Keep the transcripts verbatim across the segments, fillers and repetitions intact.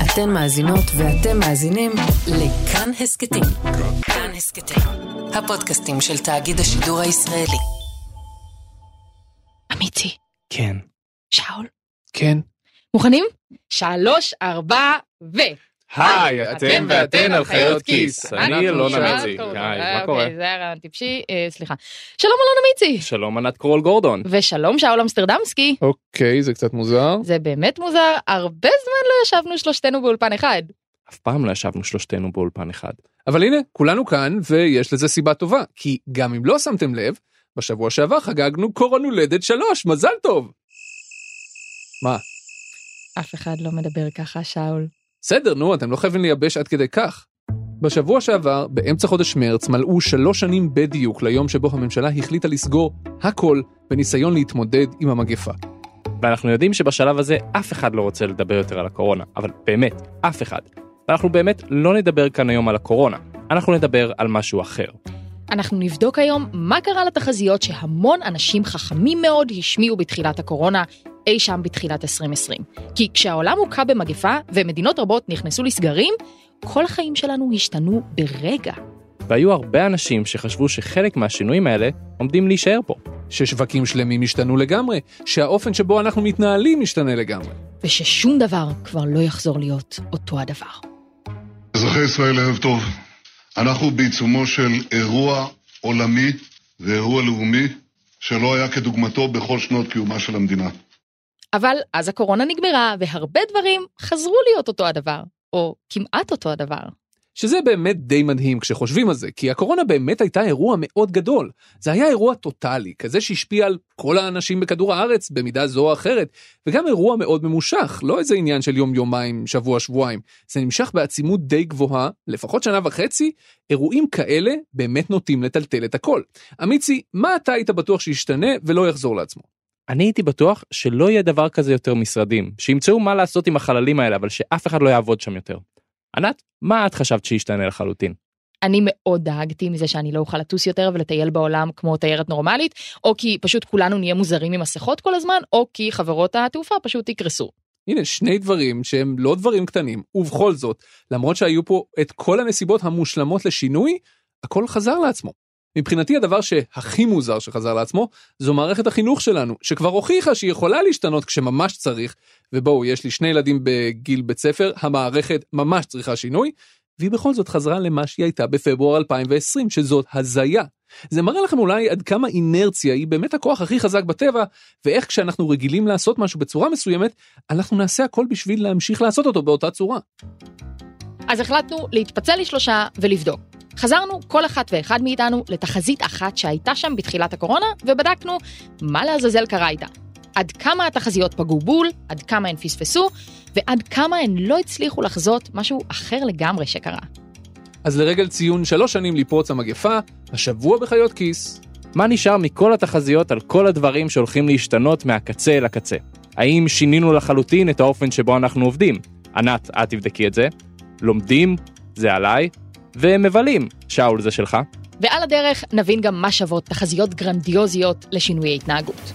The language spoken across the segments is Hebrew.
אתן מאזינות ואתם מאזינים לכאן הסקטים. כאן הסקטים, הפודקאסטים של תאגיד השידור הישראלי. אמיתי. כן. שאול. כן. מוכנים? שלוש, ארבע, ו... היי, אתם ואתן על חיות כיס. אני אלון אמיצי. היי, מה קורה? זה היה רעיון טיפשי, סליחה. שלום אלון אמיצי. שלום ענת קרול גורדון. ושלום שאול אמסטרדמסקי. אוקיי, זה קצת מוזר. זה באמת מוזר, הרבה זמן לא ישבנו שלושתנו באולפן אחד. אף פעם לא ישבנו שלושתנו באולפן אחד. אבל הנה, כולנו כאן, ויש לזה סיבה טובה, כי גם אם לא שמתם לב, בשבוע שעבר חגגנו קורן הולדת שלוש, מזל טוב. מה? אף אחד לא מדבר ככה, שאול. בסדר, נו, אתם לא חייבים לייבש עד כדי כך. בשבוע שעבר, באמצע חודש מרץ, מלאו שלוש שנים בדיוק ליום שבו הממשלה החליטה לסגור הכל בניסיון להתמודד עם המגפה. ואנחנו יודעים שבשלב הזה אף אחד לא רוצה לדבר יותר על הקורונה, אבל באמת, אף אחד. ואנחנו באמת לא נדבר כאן היום על הקורונה, אנחנו נדבר על משהו אחר. אנחנו נבדוק היום מה קרה לתחזיות שהמון אנשים חכמים מאוד השמיעו בתחילת הקורונה, אי שם בתחילת עשרים עשרים. כי כשהעולם הוקע במגפה ומדינות רבות נכנסו לסגרים, כל החיים שלנו השתנו ברגע. והיו הרבה אנשים שחשבו שחלק מהשינויים האלה עומדים להישאר פה. ששווקים שלמים השתנו לגמרי, שהאופן שבו אנחנו מתנהלים משתנה לגמרי. וששום דבר כבר לא יחזור להיות אותו הדבר. אזרחי ישראל, ערב טוב. אנחנו בעיצומו של אירוע עולמי ואירוע לאומי שלא היה כדוגמתו בכל שנות קיומה של המדינה. אבל אז הקורונה נגמרה והרבה דברים חזרו להיות אותו הדבר, או כמעט אותו הדבר. שזה באמת די מדהים כשחושבים על זה, כי הקורונה באמת הייתה אירוע מאוד גדול. זה היה אירוע טוטלי, כזה שהשפיע על כל האנשים בכדור הארץ במידה זו או אחרת, וגם אירוע מאוד ממושך, לא איזה עניין של יום יומיים, שבוע שבועיים. זה נמשך בעצימות די גבוהה, לפחות שנה וחצי, אירועים כאלה באמת נוטים לטלטל את הכל. אמיצי, מה אתה היית בטוח שישתנה ולא יחזור לעצמו? אני הייתי בטוח שלא יהיה דבר כזה יותר משרדים, שימצאו מה לעשות עם החללים האלה, אבל שאף אחד לא יעבוד שם יותר. ענת, מה את חשבת שישתנה לחלוטין? אני מאוד דאגתי מזה שאני לא אוכל לטוס יותר ולטייל בעולם כמו תיירת נורמלית, או כי פשוט כולנו נהיה מוזרים עם מסכות כל הזמן, או כי חברות התעופה פשוט יקרסו. הנה, שני דברים שהם לא דברים קטנים, ובכל זאת, למרות שהיו פה את כל הנסיבות המושלמות לשינוי, הכל חזר לעצמו. מבחינתי הדבר שהכי מוזר שחזר לעצמו, זו מערכת החינוך שלנו, שכבר הוכיחה שהיא יכולה להשתנות כשממש צריך, ובואו, יש לי שני ילדים בגיל בית ספר, המערכת ממש צריכה שינוי, והיא בכל זאת חזרה למה שהיא הייתה בפברואר אלפיים ועשרים, שזאת הזיה. זה מראה לכם אולי עד כמה אינרציה היא באמת הכוח הכי חזק בטבע, ואיך כשאנחנו רגילים לעשות משהו בצורה מסוימת, אנחנו נעשה הכל בשביל להמשיך לעשות אותו באותה צורה. אז החלטנו להתפצל לשלושה ולבדוק. חזרנו כל אחת ואחד מאיתנו לתחזית אחת שהייתה שם בתחילת הקורונה, ובדקנו מה לעזאזל קרה איתה. עד כמה התחזיות פגעו בול, עד כמה הן פספסו, ועד כמה הן לא הצליחו לחזות משהו אחר לגמרי שקרה. אז לרגל ציון שלוש שנים לפרוץ המגפה, השבוע בחיות כיס. מה נשאר מכל התחזיות על כל הדברים שהולכים להשתנות מהקצה אל הקצה? האם שינינו לחלוטין את האופן שבו אנחנו עובדים? ענת, את תבדקי את זה. לומדים, זה עליי. ומבלים, שאול זה שלך. ועל הדרך נבין גם מה שוות תחזיות גרנדיוזיות לשינוי התנהגות.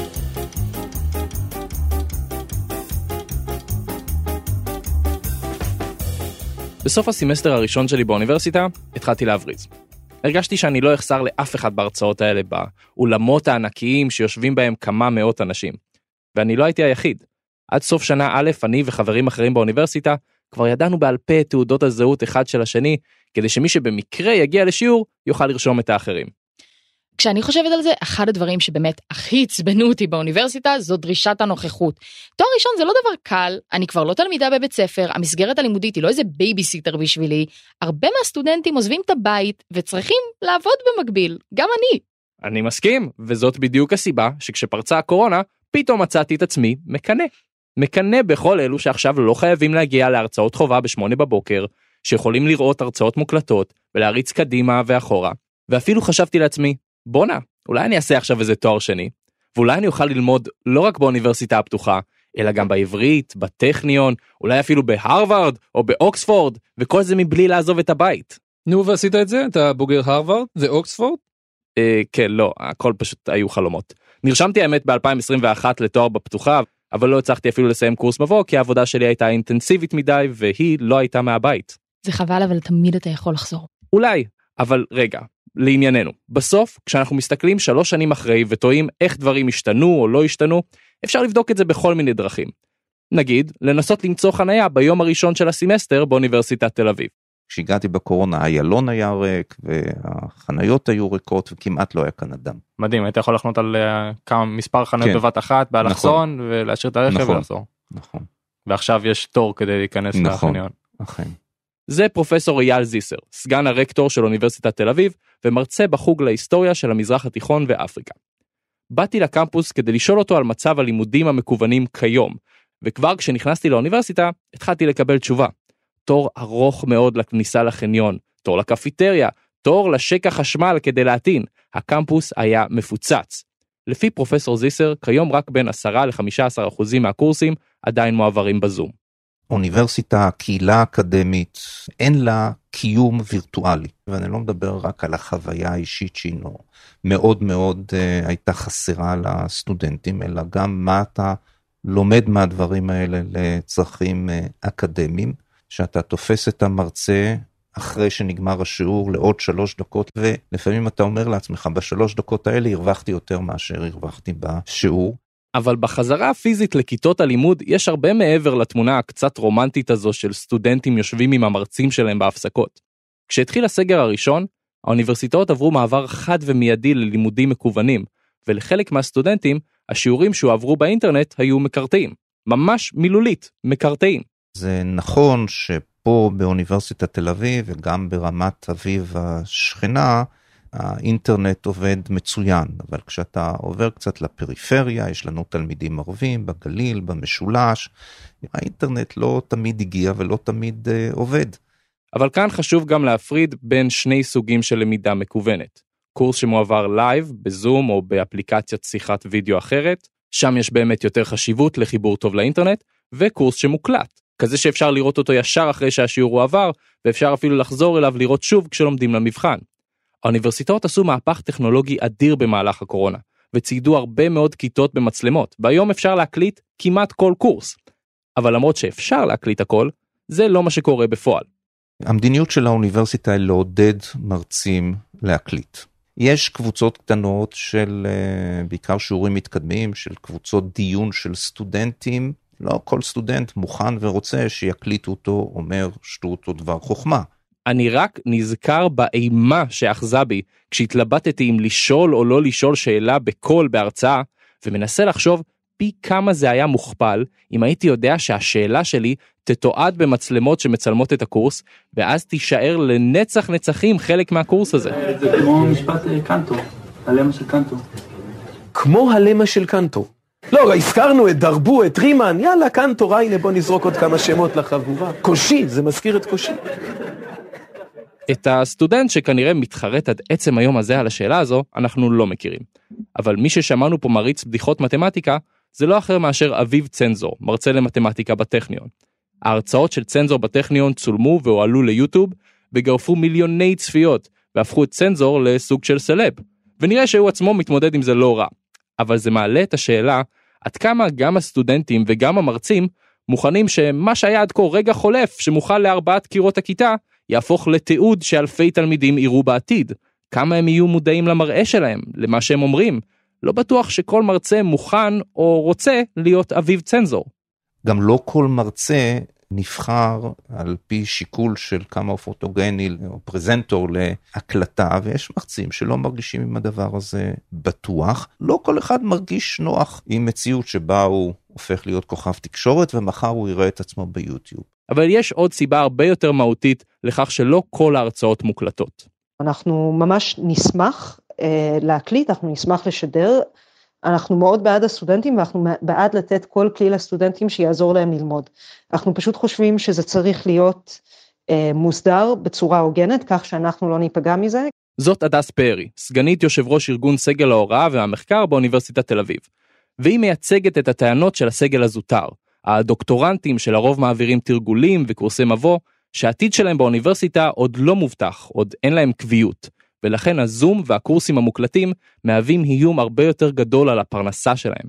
בסוף הסמסטר הראשון שלי באוניברסיטה, התחלתי להבריז. הרגשתי שאני לא אחסר לאף אחד בהרצאות האלה, באולמות הענקיים שיושבים בהם כמה מאות אנשים. ואני לא הייתי היחיד. עד סוף שנה א', אני וחברים אחרים באוניברסיטה, כבר ידענו בעל פה תעודות הזהות אחד של השני, כדי שמי שבמקרה יגיע לשיעור, יוכל לרשום את האחרים. כשאני חושבת על זה, אחד הדברים שבאמת הכי עצבנו אותי באוניברסיטה, זו דרישת הנוכחות. תואר ראשון זה לא דבר קל, אני כבר לא תלמידה בבית ספר, המסגרת הלימודית היא לא איזה בייביסיטר בשבילי, הרבה מהסטודנטים עוזבים את הבית, וצריכים לעבוד במקביל, גם אני. אני מסכים, וזאת בדיוק הסיבה, שכשפרצה הקורונה, פתאום מצאתי את עצמי מקנה. מקנה בכל אלו שעכשיו לא חייבים להגיע להרצאות חובה בשמונה בבוקר, שיכולים לראות הרצאות מוקלטות, ולהריץ קדימה ואחורה. ואפילו חשבתי לעצמי, בונה, אולי אני אעשה עכשיו איזה תואר שני, ואולי אני אוכל ללמוד לא רק באוניברסיטה הפתוחה, אלא גם בעברית, בטכניון, אולי אפילו בהרווארד או באוקספורד, וכל זה מבלי לעזוב את הבית. נו, ועשית את זה? אתה בוגר הרווארד? זה אוקספורד? אה, כן, לא, הכל פשוט היו חלומות. נרשמתי האמת ב-אלפיים עשרים ואחת לתואר בפתוחה, אבל לא הצלחתי אפילו לסיים קורס מבוא, כי העבודה שלי הייתה אינטנסיבית מדי, והיא לא הייתה מהבית. זה חבל, אבל תמיד אתה יכול לחזור. אולי, אבל רגע, לענייננו. בסוף, כשאנחנו מסתכלים שלוש שנים אחרי, וטועים איך דברים השתנו או לא השתנו, אפשר לבדוק את זה בכל מיני דרכים. נגיד, לנסות למצוא חנייה ביום הראשון של הסמסטר באוניברסיטת תל אביב. כשהגעתי בקורונה, איילון היה ריק, והחניות היו ריקות, וכמעט לא היה כאן אדם. מדהים, היית יכול לחנות על uh, כמה מספר חניות כן. בבת אחת, באלכסון, נכון. ולהשאיר את הרכב נכון. ולחזור. נכון. ועכשיו יש תור כדי להיכנס נכון. לחניון. נכון. זה פרופסור אייל זיסר, סגן הרקטור של אוניברסיטת תל אביב, ומרצה בחוג להיסטוריה של המזרח התיכון ואפריקה. באתי לקמפוס כדי לשאול אותו על מצב הלימודים המקוונים כיום, וכבר כשנכנסתי לאוניברסיטה, התחלתי לקבל תשובה. תור ארוך מאוד לכניסה לחניון, תור לקפיטריה, תור לשקע חשמל כדי להטעין. הקמפוס היה מפוצץ. לפי פרופסור זיסר, כיום רק בין עשרה ל-חמישה עשר אחוזים מהקורסים עדיין מועברים בזום. אוניברסיטה, קהילה אקדמית, אין לה קיום וירטואלי. ואני לא מדבר רק על החוויה האישית שהיא מאוד מאוד uh, הייתה חסרה לסטודנטים, אלא גם מה אתה לומד מהדברים האלה לצרכים uh, אקדמיים, שאתה תופס את המרצה אחרי שנגמר השיעור לעוד שלוש דקות, ולפעמים אתה אומר לעצמך, בשלוש דקות האלה הרווחתי יותר מאשר הרווחתי בשיעור. אבל בחזרה הפיזית לכיתות הלימוד יש הרבה מעבר לתמונה הקצת רומנטית הזו של סטודנטים יושבים עם המרצים שלהם בהפסקות. כשהתחיל הסגר הראשון, האוניברסיטאות עברו מעבר חד ומיידי ללימודים מקוונים, ולחלק מהסטודנטים השיעורים שהועברו באינטרנט היו מקרטעים, ממש מילולית, מקרטעים. זה נכון שפה באוניברסיטת תל אביב וגם ברמת אביב השכנה, האינטרנט עובד מצוין, אבל כשאתה עובר קצת לפריפריה, יש לנו תלמידים ערבים בגליל, במשולש, האינטרנט לא תמיד הגיע ולא תמיד uh, עובד. אבל כאן חשוב גם להפריד בין שני סוגים של למידה מקוונת. קורס שמועבר לייב, בזום או באפליקציית שיחת וידאו אחרת, שם יש באמת יותר חשיבות לחיבור טוב לאינטרנט, וקורס שמוקלט, כזה שאפשר לראות אותו ישר אחרי שהשיעור הוא עבר, ואפשר אפילו לחזור אליו לראות שוב כשלומדים למבחן. האוניברסיטאות עשו מהפך טכנולוגי אדיר במהלך הקורונה, וציידו הרבה מאוד כיתות במצלמות, והיום אפשר להקליט כמעט כל קורס. אבל למרות שאפשר להקליט הכל, זה לא מה שקורה בפועל. המדיניות של האוניברסיטה היא לעודד מרצים להקליט. יש קבוצות קטנות של בעיקר שיעורים מתקדמים, של קבוצות דיון של סטודנטים, לא כל סטודנט מוכן ורוצה שיקליטו אותו, אומר שטות או דבר חוכמה. אני רק נזכר באימה שאחזה בי, כשהתלבטתי אם לשאול או לא לשאול שאלה בקול בהרצאה, ומנסה לחשוב פי כמה זה היה מוכפל, אם הייתי יודע שהשאלה שלי תתועד במצלמות שמצלמות את הקורס, ואז תישאר לנצח נצחים חלק מהקורס הזה. זה כמו משפט קנטו, הלמה של קנטו. כמו הלמה של קנטו. לא, הזכרנו את דרבו, את רימן, יאללה, קנטו, ריינה, בוא נזרוק עוד כמה שמות לחבורה. קושי, זה מזכיר את קושי. את הסטודנט שכנראה מתחרט עד עצם היום הזה על השאלה הזו, אנחנו לא מכירים. אבל מי ששמענו פה מריץ בדיחות מתמטיקה, זה לא אחר מאשר אביב צנזור, מרצה למתמטיקה בטכניון. ההרצאות של צנזור בטכניון צולמו והועלו ליוטיוב, וגרפו מיליוני צפיות, והפכו את צנזור לסוג של סלב. ונראה שהוא עצמו מתמודד עם זה לא רע. אבל זה מעלה את השאלה, עד כמה גם הסטודנטים וגם המרצים, מוכנים שמה שהיה עד כה רגע חולף, שמוכל לארבעת קירות הכיתה, יהפוך לתיעוד שאלפי תלמידים יראו בעתיד. כמה הם יהיו מודעים למראה שלהם, למה שהם אומרים. לא בטוח שכל מרצה מוכן או רוצה להיות אביב צנזור. גם לא כל מרצה נבחר על פי שיקול של כמה פוטוגני או פרזנטור להקלטה, ויש מרצים שלא מרגישים עם הדבר הזה בטוח. לא כל אחד מרגיש נוח עם מציאות שבה הוא הופך להיות כוכב תקשורת, ומחר הוא יראה את עצמו ביוטיוב. אבל יש עוד סיבה הרבה יותר מהותית לכך שלא כל ההרצאות מוקלטות. אנחנו ממש נשמח אה, להקליט, אנחנו נשמח לשדר, אנחנו מאוד בעד הסטודנטים, ואנחנו בעד לתת כל כלי לסטודנטים שיעזור להם ללמוד. אנחנו פשוט חושבים שזה צריך להיות אה, מוסדר בצורה הוגנת, כך שאנחנו לא ניפגע מזה. זאת הדס פארי, סגנית יושב ראש ארגון סגל ההוראה והמחקר באוניברסיטת תל אביב. והיא מייצגת את הטענות של הסגל הזוטר, הדוקטורנטים שלרוב מעבירים תרגולים וקורסי מבוא, שהעתיד שלהם באוניברסיטה עוד לא מובטח, עוד אין להם קביעות, ולכן הזום והקורסים המוקלטים מהווים איום הרבה יותר גדול על הפרנסה שלהם.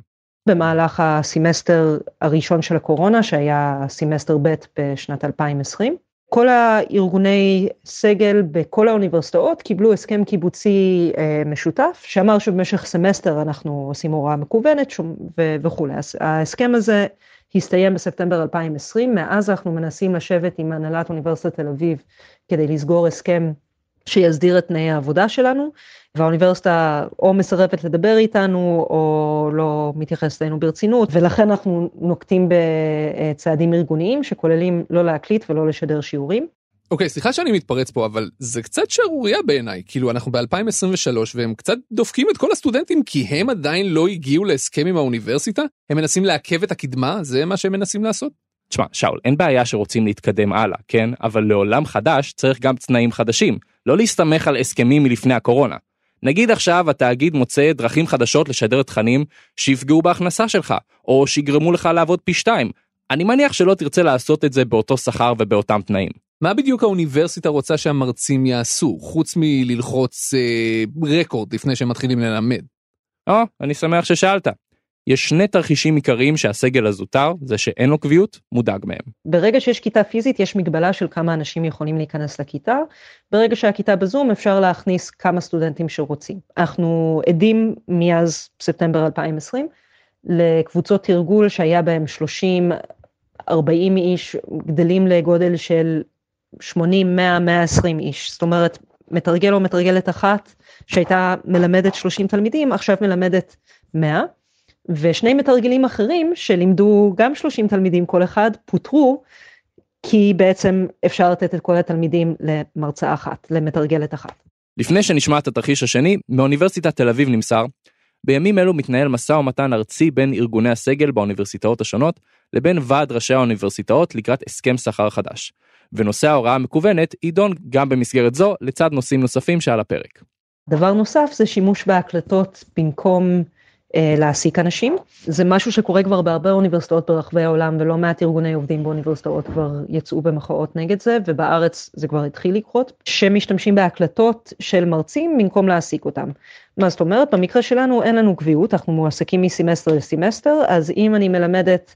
במהלך הסמסטר הראשון של הקורונה, שהיה סמסטר ב' בשנת אלפיים עשרים. כל הארגוני סגל בכל האוניברסיטאות קיבלו הסכם קיבוצי אה, משותף, שאמר שבמשך סמסטר אנחנו עושים הוראה מקוונת וכו'. ההסכם הזה הסתיים בספטמבר אלפיים עשרים, מאז אנחנו מנסים לשבת עם הנהלת אוניברסיטת תל אביב, כדי לסגור הסכם שיסדיר את תנאי העבודה שלנו, והאוניברסיטה או מסרבת לדבר איתנו, או לא מתייחסת אלינו ברצינות, ולכן אנחנו נוקטים בצעדים ארגוניים, שכוללים לא להקליט ולא לשדר שיעורים. אוקיי, okay, סליחה שאני מתפרץ פה, אבל זה קצת שערוריה בעיניי, כאילו אנחנו ב-אלפיים עשרים ושלוש, והם קצת דופקים את כל הסטודנטים, כי הם עדיין לא הגיעו להסכם עם האוניברסיטה, הם מנסים לעכב את הקדמה, זה מה שהם מנסים לעשות? תשמע, שאול, אין בעיה שרוצים להתקדם הלאה, כן? אבל לעולם חדש צריך גם תנאים חדשים, לא להסתמך על הסכמים מלפני הקורונה. נגיד עכשיו התאגיד מוצא דרכים חדשות לשדר תכנים שיפגעו בהכנסה שלך, או שיגרמו לך לעבוד פי שתיים. אני מניח שלא תרצה לעשות את זה באותו שכר ובאותם תנאים. מה בדיוק האוניברסיטה רוצה שהמרצים יעשו, חוץ מללחוץ אה, רקורד לפני שהם מתחילים ללמד? או, אני שמח ששאלת. יש שני תרחישים עיקריים שהסגל הזוטר, זה שאין לו קביעות, מודאג מהם. ברגע שיש כיתה פיזית, יש מגבלה של כמה אנשים יכולים להיכנס לכיתה. ברגע שהכיתה בזום, אפשר להכניס כמה סטודנטים שרוצים. אנחנו עדים מאז ספטמבר אלפיים עשרים, לקבוצות תרגול שהיה בהם שלושים ארבעים איש, גדלים לגודל של שמונים מאה מאה ועשרים איש. זאת אומרת, מתרגל או מתרגלת אחת, שהייתה מלמדת שלושים תלמידים, עכשיו מלמדת מאה. ושני מתרגלים אחרים שלימדו גם שלושים תלמידים כל אחד, פוטרו, כי בעצם אפשר לתת את כל התלמידים למרצה אחת, למתרגלת אחת. לפני שנשמע את התרחיש השני, מאוניברסיטת תל אביב נמסר, בימים אלו מתנהל מסע ומתן ארצי בין ארגוני הסגל באוניברסיטאות השונות, לבין ועד ראשי האוניברסיטאות לקראת הסכם שכר חדש. ונושא ההוראה המקוונת יידון גם במסגרת זו, לצד נושאים נוספים שעל הפרק. דבר נוסף זה שימוש בהקלטות במקום להעסיק אנשים. זה משהו שקורה כבר בהרבה אוניברסיטאות ברחבי העולם, ולא מעט ארגוני עובדים באוניברסיטאות כבר יצאו במחאות נגד זה, ובארץ זה כבר התחיל לקרות, שמשתמשים בהקלטות של מרצים במקום להעסיק אותם. מה זאת אומרת? במקרה שלנו אין לנו קביעות, אנחנו מועסקים מסמסטר לסמסטר, אז אם אני מלמדת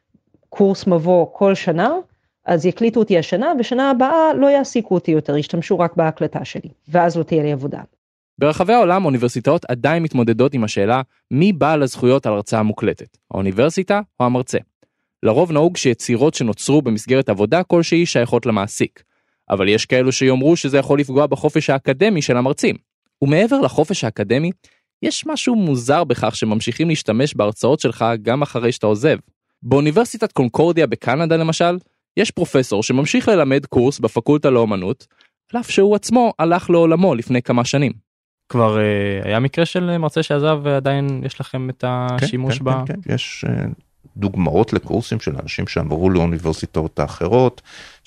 קורס מבוא כל שנה, אז יקליטו אותי השנה, ושנה הבאה לא יעסיקו אותי יותר, ישתמשו רק בהקלטה שלי, ואז לא תהיה לי עבודה. ברחבי העולם אוניברסיטאות עדיין מתמודדות עם השאלה מי בעל הזכויות על הרצאה מוקלטת, האוניברסיטה או המרצה. לרוב נהוג שיצירות שנוצרו במסגרת עבודה כלשהי שייכות למעסיק, אבל יש כאלו שיאמרו שזה יכול לפגוע בחופש האקדמי של המרצים. ומעבר לחופש האקדמי, יש משהו מוזר בכך שממשיכים להשתמש בהרצאות שלך גם אחרי שאתה עוזב. באוניברסיטת קונקורדיה בקנדה למשל, יש פרופסור שממשיך ללמד קורס בפקולטה לאומנות, על אף שהוא עצמו הלך לעולמו לפני כמה שנים. כבר uh, היה מקרה של מרצה שעזב ועדיין יש לכם את השימוש כן, ב... כן, כן, כן. יש uh, דוגמאות לקורסים של אנשים שעברו לאוניברסיטאות האחרות,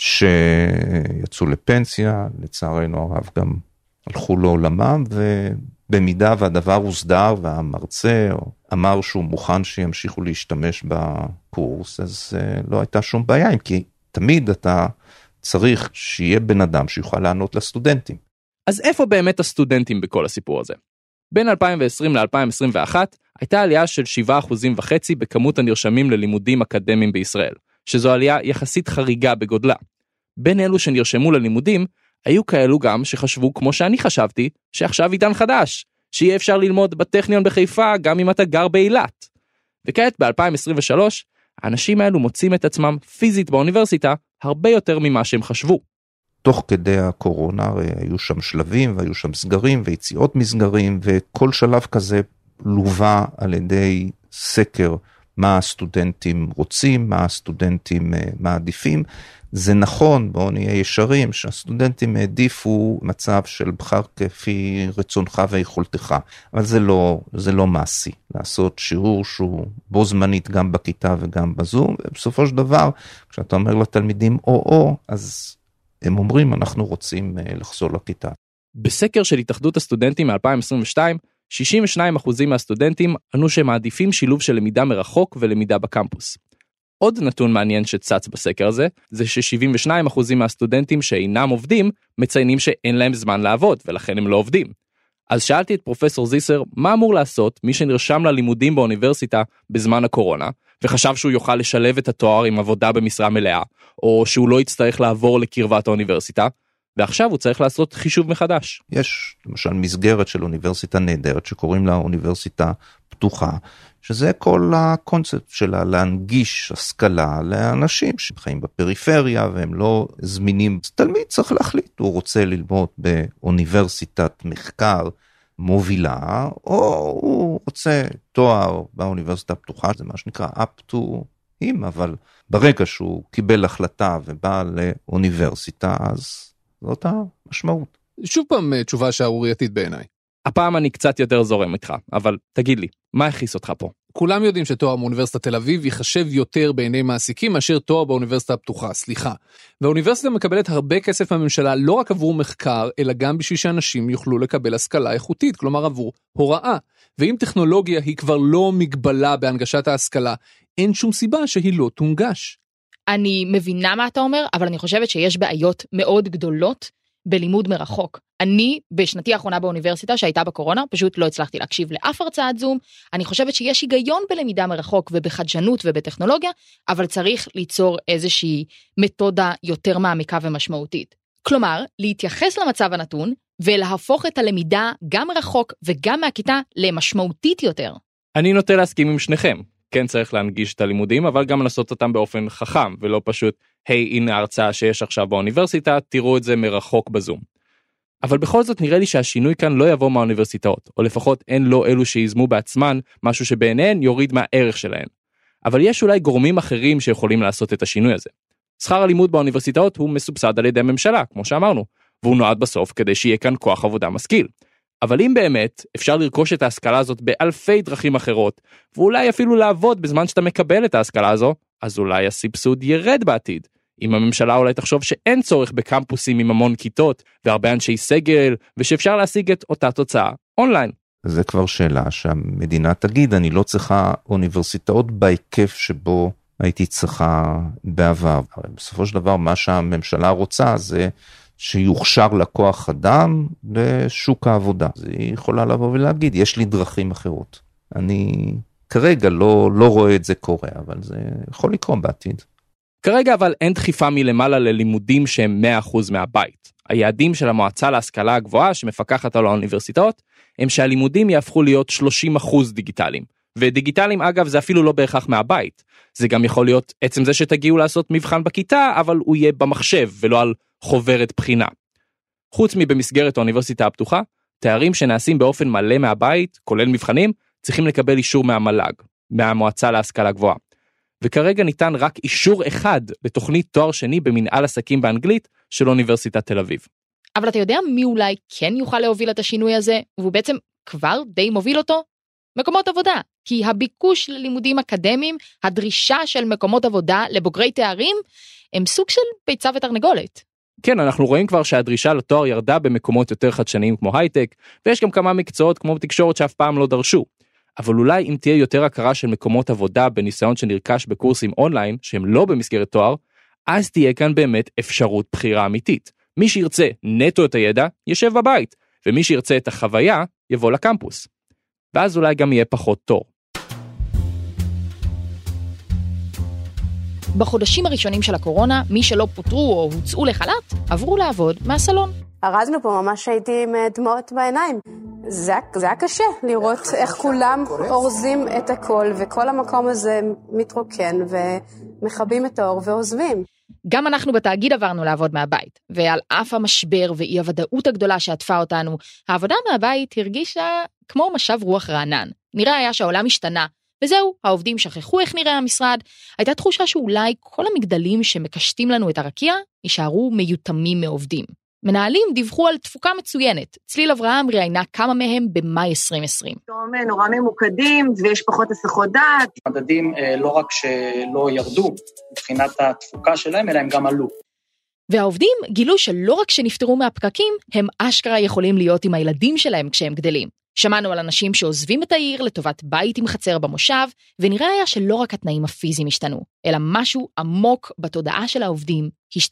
שיצאו לפנסיה, לצערנו הרב גם הלכו לעולמם, ובמידה והדבר הוסדר והמרצה אמר שהוא מוכן שימשיכו להשתמש בקורס, אז uh, לא הייתה שום בעיה, כי תמיד אתה צריך שיהיה בן אדם שיוכל לענות לסטודנטים. אז איפה באמת הסטודנטים בכל הסיפור הזה? בין אלפיים ועשרים ל-אלפיים עשרים ואחת הייתה עלייה של שבעה אחוזים וחצי בכמות הנרשמים ללימודים אקדמיים בישראל, שזו עלייה יחסית חריגה בגודלה. בין אלו שנרשמו ללימודים, היו כאלו גם שחשבו כמו שאני חשבתי, שעכשיו עידן חדש, שיהיה אפשר ללמוד בטכניון בחיפה גם אם אתה גר באילת. וכעת ב-אלפיים עשרים ושלוש, האנשים האלו מוצאים את עצמם פיזית באוניברסיטה הרבה יותר ממה שהם חשבו. תוך כדי הקורונה היו שם שלבים והיו שם סגרים ויציאות מסגרים, וכל שלב כזה לובה על ידי סקר מה הסטודנטים רוצים, מה הסטודנטים מעדיפים. זה נכון, בואו נהיה ישרים, שהסטודנטים העדיפו מצב של בחר כפי רצונך ויכולתך, אבל זה לא, זה לא מעשי, לעשות שיעור שהוא בו זמנית גם בכיתה וגם בזום, ובסופו של דבר, כשאתה אומר לתלמידים או-או, אז הם אומרים, אנחנו רוצים לחזור לכיתה. בסקר של התאחדות הסטודנטים מ-אלפיים עשרים ושתיים, שישים ושניים אחוזים מהסטודנטים ענו שהם מעדיפים שילוב של למידה מרחוק ולמידה בקמפוס. עוד נתון מעניין שצץ בסקר הזה, זה ש-שבעים ושניים אחוזים מהסטודנטים שאינם עובדים, מציינים שאין להם זמן לעבוד, ולכן הם לא עובדים. אז שאלתי את פרופסור זיסר מה אמור לעשות מי שנרשם ללימודים באוניברסיטה בזמן הקורונה, וחשב שהוא יוכל לשלב את התואר עם עבודה במשרה מלאה, או שהוא לא יצטרך לעבור לקרבת האוניברסיטה, ועכשיו הוא צריך לעשות חישוב מחדש. יש למשל מסגרת של אוניברסיטה נהדרת שקוראים לה אוניברסיטה פתוחה, שזה כל הקונספט שלה להנגיש השכלה לאנשים שחיים בפריפריה והם לא זמינים. תלמיד צריך להחליט, הוא רוצה ללמוד באוניברסיטת מחקר מובילה, או הוא רוצה תואר באוניברסיטה הפתוחה, זה מה שנקרא up to him, אבל ברגע שהוא קיבל החלטה ובא לאוניברסיטה, אז זאת המשמעות. שוב פעם תשובה שערורייתית בעיניי. הפעם אני קצת יותר זורם איתך, אבל תגיד לי, מה הכניס אותך פה? כולם יודעים שתואר באוניברסיטת תל אביב יחשב יותר בעיני מעסיקים מאשר תואר באוניברסיטה הפתוחה, סליחה. והאוניברסיטה מקבלת הרבה כסף מהממשלה לא רק עבור מחקר, אלא גם בשביל שאנשים יוכלו לקבל השכלה איכותית, כלומר עבור הוראה. ואם טכנולוגיה היא כבר לא מגבלה בהנגשת ההשכלה, אין שום סיבה שהיא לא תונגש. אני מבינה מה אתה אומר, אבל אני חושבת שיש בעיות מאוד גדולות בלימוד מרחוק. אני בשנתי האחרונה באוניברסיטה שהייתה בקורונה, פשוט לא הצלחתי להקשיב לאף הרצאת זום. אני חושבת שיש היגיון בלמידה מרחוק ובחדשנות ובטכנולוגיה, אבל צריך ליצור איזושהי מתודה יותר מעמיקה ומשמעותית. כלומר, להתייחס למצב הנתון ולהפוך את הלמידה גם מרחוק וגם מהכיתה למשמעותית יותר. אני נוטה להסכים עם שניכם. כן צריך להנגיש את הלימודים, אבל גם לעשות אותם באופן חכם, ולא פשוט, היי, הנה ההרצאה שיש עכשיו באוניברסיטה, תראו את זה מרחוק בזום. אבל בכל זאת נראה לי שהשינוי כאן לא יבוא מהאוניברסיטאות, או לפחות אין לא אלו שיזמו בעצמן משהו שבעיניהן יוריד מהערך שלהן. אבל יש אולי גורמים אחרים שיכולים לעשות את השינוי הזה. שכר הלימוד באוניברסיטאות הוא מסובסד על ידי הממשלה, כמו שאמרנו, והוא נועד בסוף כדי שיהיה כאן כוח עבודה משכיל. אבל אם באמת אפשר לרכוש את ההשכלה הזאת באלפי דרכים אחרות, ואולי אפילו לעבוד בזמן שאתה מקבל את ההשכלה הזו, אז אולי הסבסוד ירד בעתיד. אם הממשלה אולי תחשוב שאין צורך בקמפוסים עם המון כיתות, והרבה אנשי סגל, ושאפשר להשיג את אותה תוצאה אונליין. זה כבר שאלה שהמדינה תגיד, אני לא צריכה אוניברסיטאות בהיקף שבו הייתי צריכה בעבר. בסופו של דבר מה שהממשלה רוצה זה שיוכשר לכוח אדם לשוק העבודה. אז היא יכולה לבוא ולהגיד, יש לי דרכים אחרות. אני כרגע לא, לא רואה את זה קורה, אבל זה יכול לקרות בעתיד. כרגע אבל אין דחיפה מלמעלה ללימודים שהם מאה אחוז מהבית. היעדים של המועצה להשכלה הגבוהה שמפקחת על האוניברסיטאות, הם שהלימודים יהפכו להיות שלושים אחוז דיגיטליים. ודיגיטליים אגב זה אפילו לא בהכרח מהבית. זה גם יכול להיות עצם זה שתגיעו לעשות מבחן בכיתה, אבל הוא יהיה במחשב ולא על חוברת בחינה. חוץ מבמסגרת האוניברסיטה הפתוחה, תארים שנעשים באופן מלא מהבית, כולל מבחנים, צריכים לקבל אישור מהמל"ג, מהמועצה להשכלה גבוהה. וכרגע ניתן רק אישור אחד לתוכנית תואר שני במנהל עסקים באנגלית של אוניברסיטת תל אביב. אבל אתה יודע מי אולי כן יוכל להוביל את השינוי הזה, והוא בעצם כבר די מוביל אותו? מקומות עבודה. כי הביקוש ללימודים אקדמיים, הדרישה של מקומות עבודה לבוגרי תארים, הם סוג של ביצה ותרנגולת. כן, אנחנו רואים כבר שהדרישה לתואר ירדה במקומות יותר חדשניים כמו הייטק, ויש גם כמה מקצועות כמו תקשורת שאף פעם לא דרשו. אבל אולי אם תהיה יותר הכרה של מקומות עבודה בניסיון שנרכש בקורסים אונליין, שהם לא במסגרת תואר, אז תהיה כאן באמת אפשרות בחירה אמיתית. מי שירצה נטו את הידע, ישב בבית, ומי שירצה את החוויה, יבוא לקמפוס. ואז אולי גם יהיה פחות תור. בחודשים הראשונים של הקורונה, מי שלא פוטרו או הוצאו לחל"ת, עברו לעבוד מהסלון. ארזנו פה, ממש הייתי עם דמעות בעיניים. זה, זה היה קשה לראות איך כולם אורזים את הכל, וכל המקום הזה מתרוקן ומחבים את האור ועוזבים. גם אנחנו בתאגיד עברנו לעבוד מהבית, ועל אף המשבר ואי הוודאות הגדולה שעטפה אותנו, העבודה מהבית הרגישה כמו משב רוח רענן. נראה היה שהעולם השתנה, וזהו, העובדים שכחו איך נראה המשרד, הייתה תחושה שאולי כל המגדלים שמקשטים לנו את הרקיע, יישארו מיותמים מעובדים. מנהלים דיווחו על תפוקה מצוינת. צליל אברהם ראיינה כמה מהם במאי עשרים עשרים. נורא ממוקדים ויש פחות הסחות דעת. מדדים לא רק שלא ירדו מבחינת התפוקה שלהם, אלא הם גם עלו. והעובדים גילו שלא רק שנפטרו מהפקקים, הם אשכרה יכולים להיות עם הילדים שלהם כשהם גדלים. שמענו על אנשים שעוזבים את העיר לטובת בית עם חצר במושב, ונראה היה שלא רק התנאים הפיזיים השתנו, אלא משהו עמוק בתודעה של העובדים השתנה.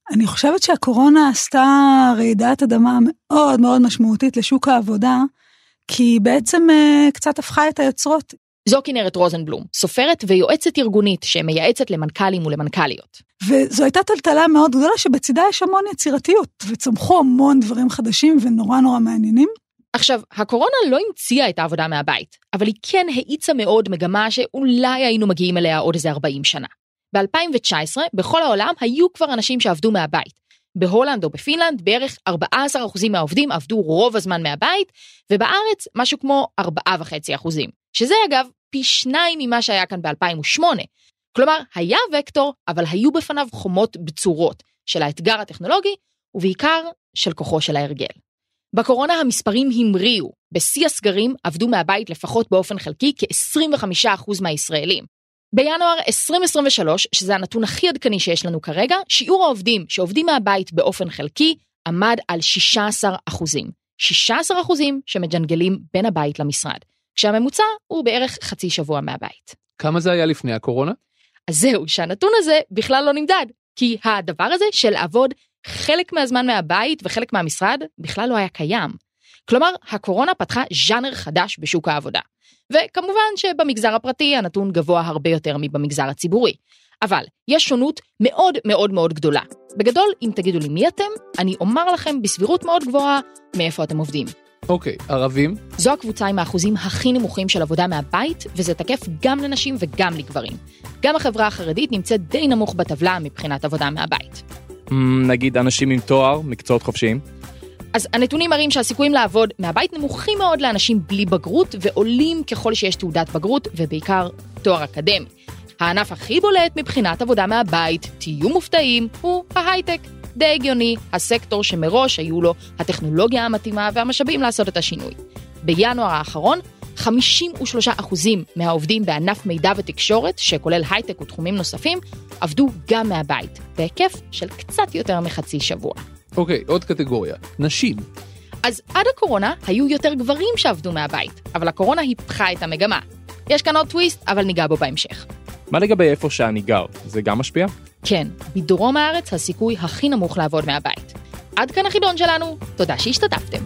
אני חושבת שהקורונה עשתה רעידת אדמה מאוד מאוד משמעותית לשוק העבודה, כי היא בעצם uh, קצת הפכה את היוצרות. זו כנרת רוזנבלום, סופרת ויועצת ארגונית שמייעצת למנכ"לים ולמנכ"ליות. וזו הייתה טלטלה מאוד גדולה שבצידה יש המון יצירתיות, וצמחו המון דברים חדשים ונורא נורא מעניינים. עכשיו, הקורונה לא המציאה את העבודה מהבית, אבל היא כן האיצה מאוד מגמה שאולי היינו מגיעים אליה עוד איזה ארבעים שנה. ב-אלפיים תשע עשרה, בכל העולם היו כבר אנשים שעבדו מהבית. בהולנד או בפינלנד, בערך ארבעה עשר אחוזים מהעובדים עבדו רוב הזמן מהבית, ובארץ משהו כמו ארבעה וחצי אחוזים. שזה אגב פי שניים ממה שהיה כאן ב-אלפיים ושמונה. כלומר, היה וקטור, אבל היו בפניו חומות בצורות של האתגר הטכנולוגי, ובעיקר של כוחו של ההרגל. בקורונה המספרים המריאו. בשיא הסגרים עבדו מהבית לפחות באופן חלקי כ-עשרים וחמישה אחוז מהישראלים. בינואר עשרים עשרים ושלוש, שזה הנתון הכי עדכני שיש לנו כרגע, שיעור העובדים שעובדים מהבית באופן חלקי עמד על שישה עשר אחוזים. שישה עשר אחוזים שמג'נגלים בין הבית למשרד, כשהממוצע הוא בערך חצי שבוע מהבית. כמה זה היה לפני הקורונה? אז זהו, שהנתון הזה בכלל לא נמדד, כי הדבר הזה של לעבוד חלק מהזמן מהבית וחלק מהמשרד בכלל לא היה קיים. כלומר, הקורונה פתחה ז'אנר חדש בשוק העבודה. וכמובן שבמגזר הפרטי הנתון גבוה הרבה יותר מבמגזר הציבורי. אבל יש שונות מאוד מאוד מאוד גדולה. בגדול, אם תגידו לי מי אתם, אני אומר לכם בסבירות מאוד גבוהה מאיפה אתם עובדים. אוקיי, ערבים? זו הקבוצה עם האחוזים הכי נמוכים של עבודה מהבית, וזה תקף גם לנשים וגם לגברים. גם החברה החרדית נמצאת די נמוך בטבלה מבחינת עבודה מהבית. נגיד אנשים עם תואר, מקצועות חופשיים? אז הנתונים מראים שהסיכויים לעבוד מהבית נמוכים מאוד לאנשים בלי בגרות, ועולים ככל שיש תעודת בגרות, ובעיקר תואר אקדמי. הענף הכי בולט מבחינת עבודה מהבית, תהיו מופתעים, הוא ההייטק. די הגיוני, הסקטור שמראש היו לו הטכנולוגיה המתאימה והמשאבים לעשות את השינוי. בינואר האחרון, חמישים ושלושה אחוזים מהעובדים בענף מידע ותקשורת, שכולל הייטק ותחומים נוספים, עבדו גם מהבית, בהיקף של קצת יותר מחצי שבוע. אוקיי, עוד קטגוריה, נשים. אז עד הקורונה היו יותר גברים שעבדו מהבית, אבל הקורונה היפכה את המגמה. יש כאן עוד טוויסט, אבל ניגע בו בהמשך. מה לגבי איפה שאני גר? זה גם משפיע? כן, בדרום הארץ הסיכוי הכי נמוך לעבוד מהבית. עד כאן החידון שלנו, תודה שהשתתפתם.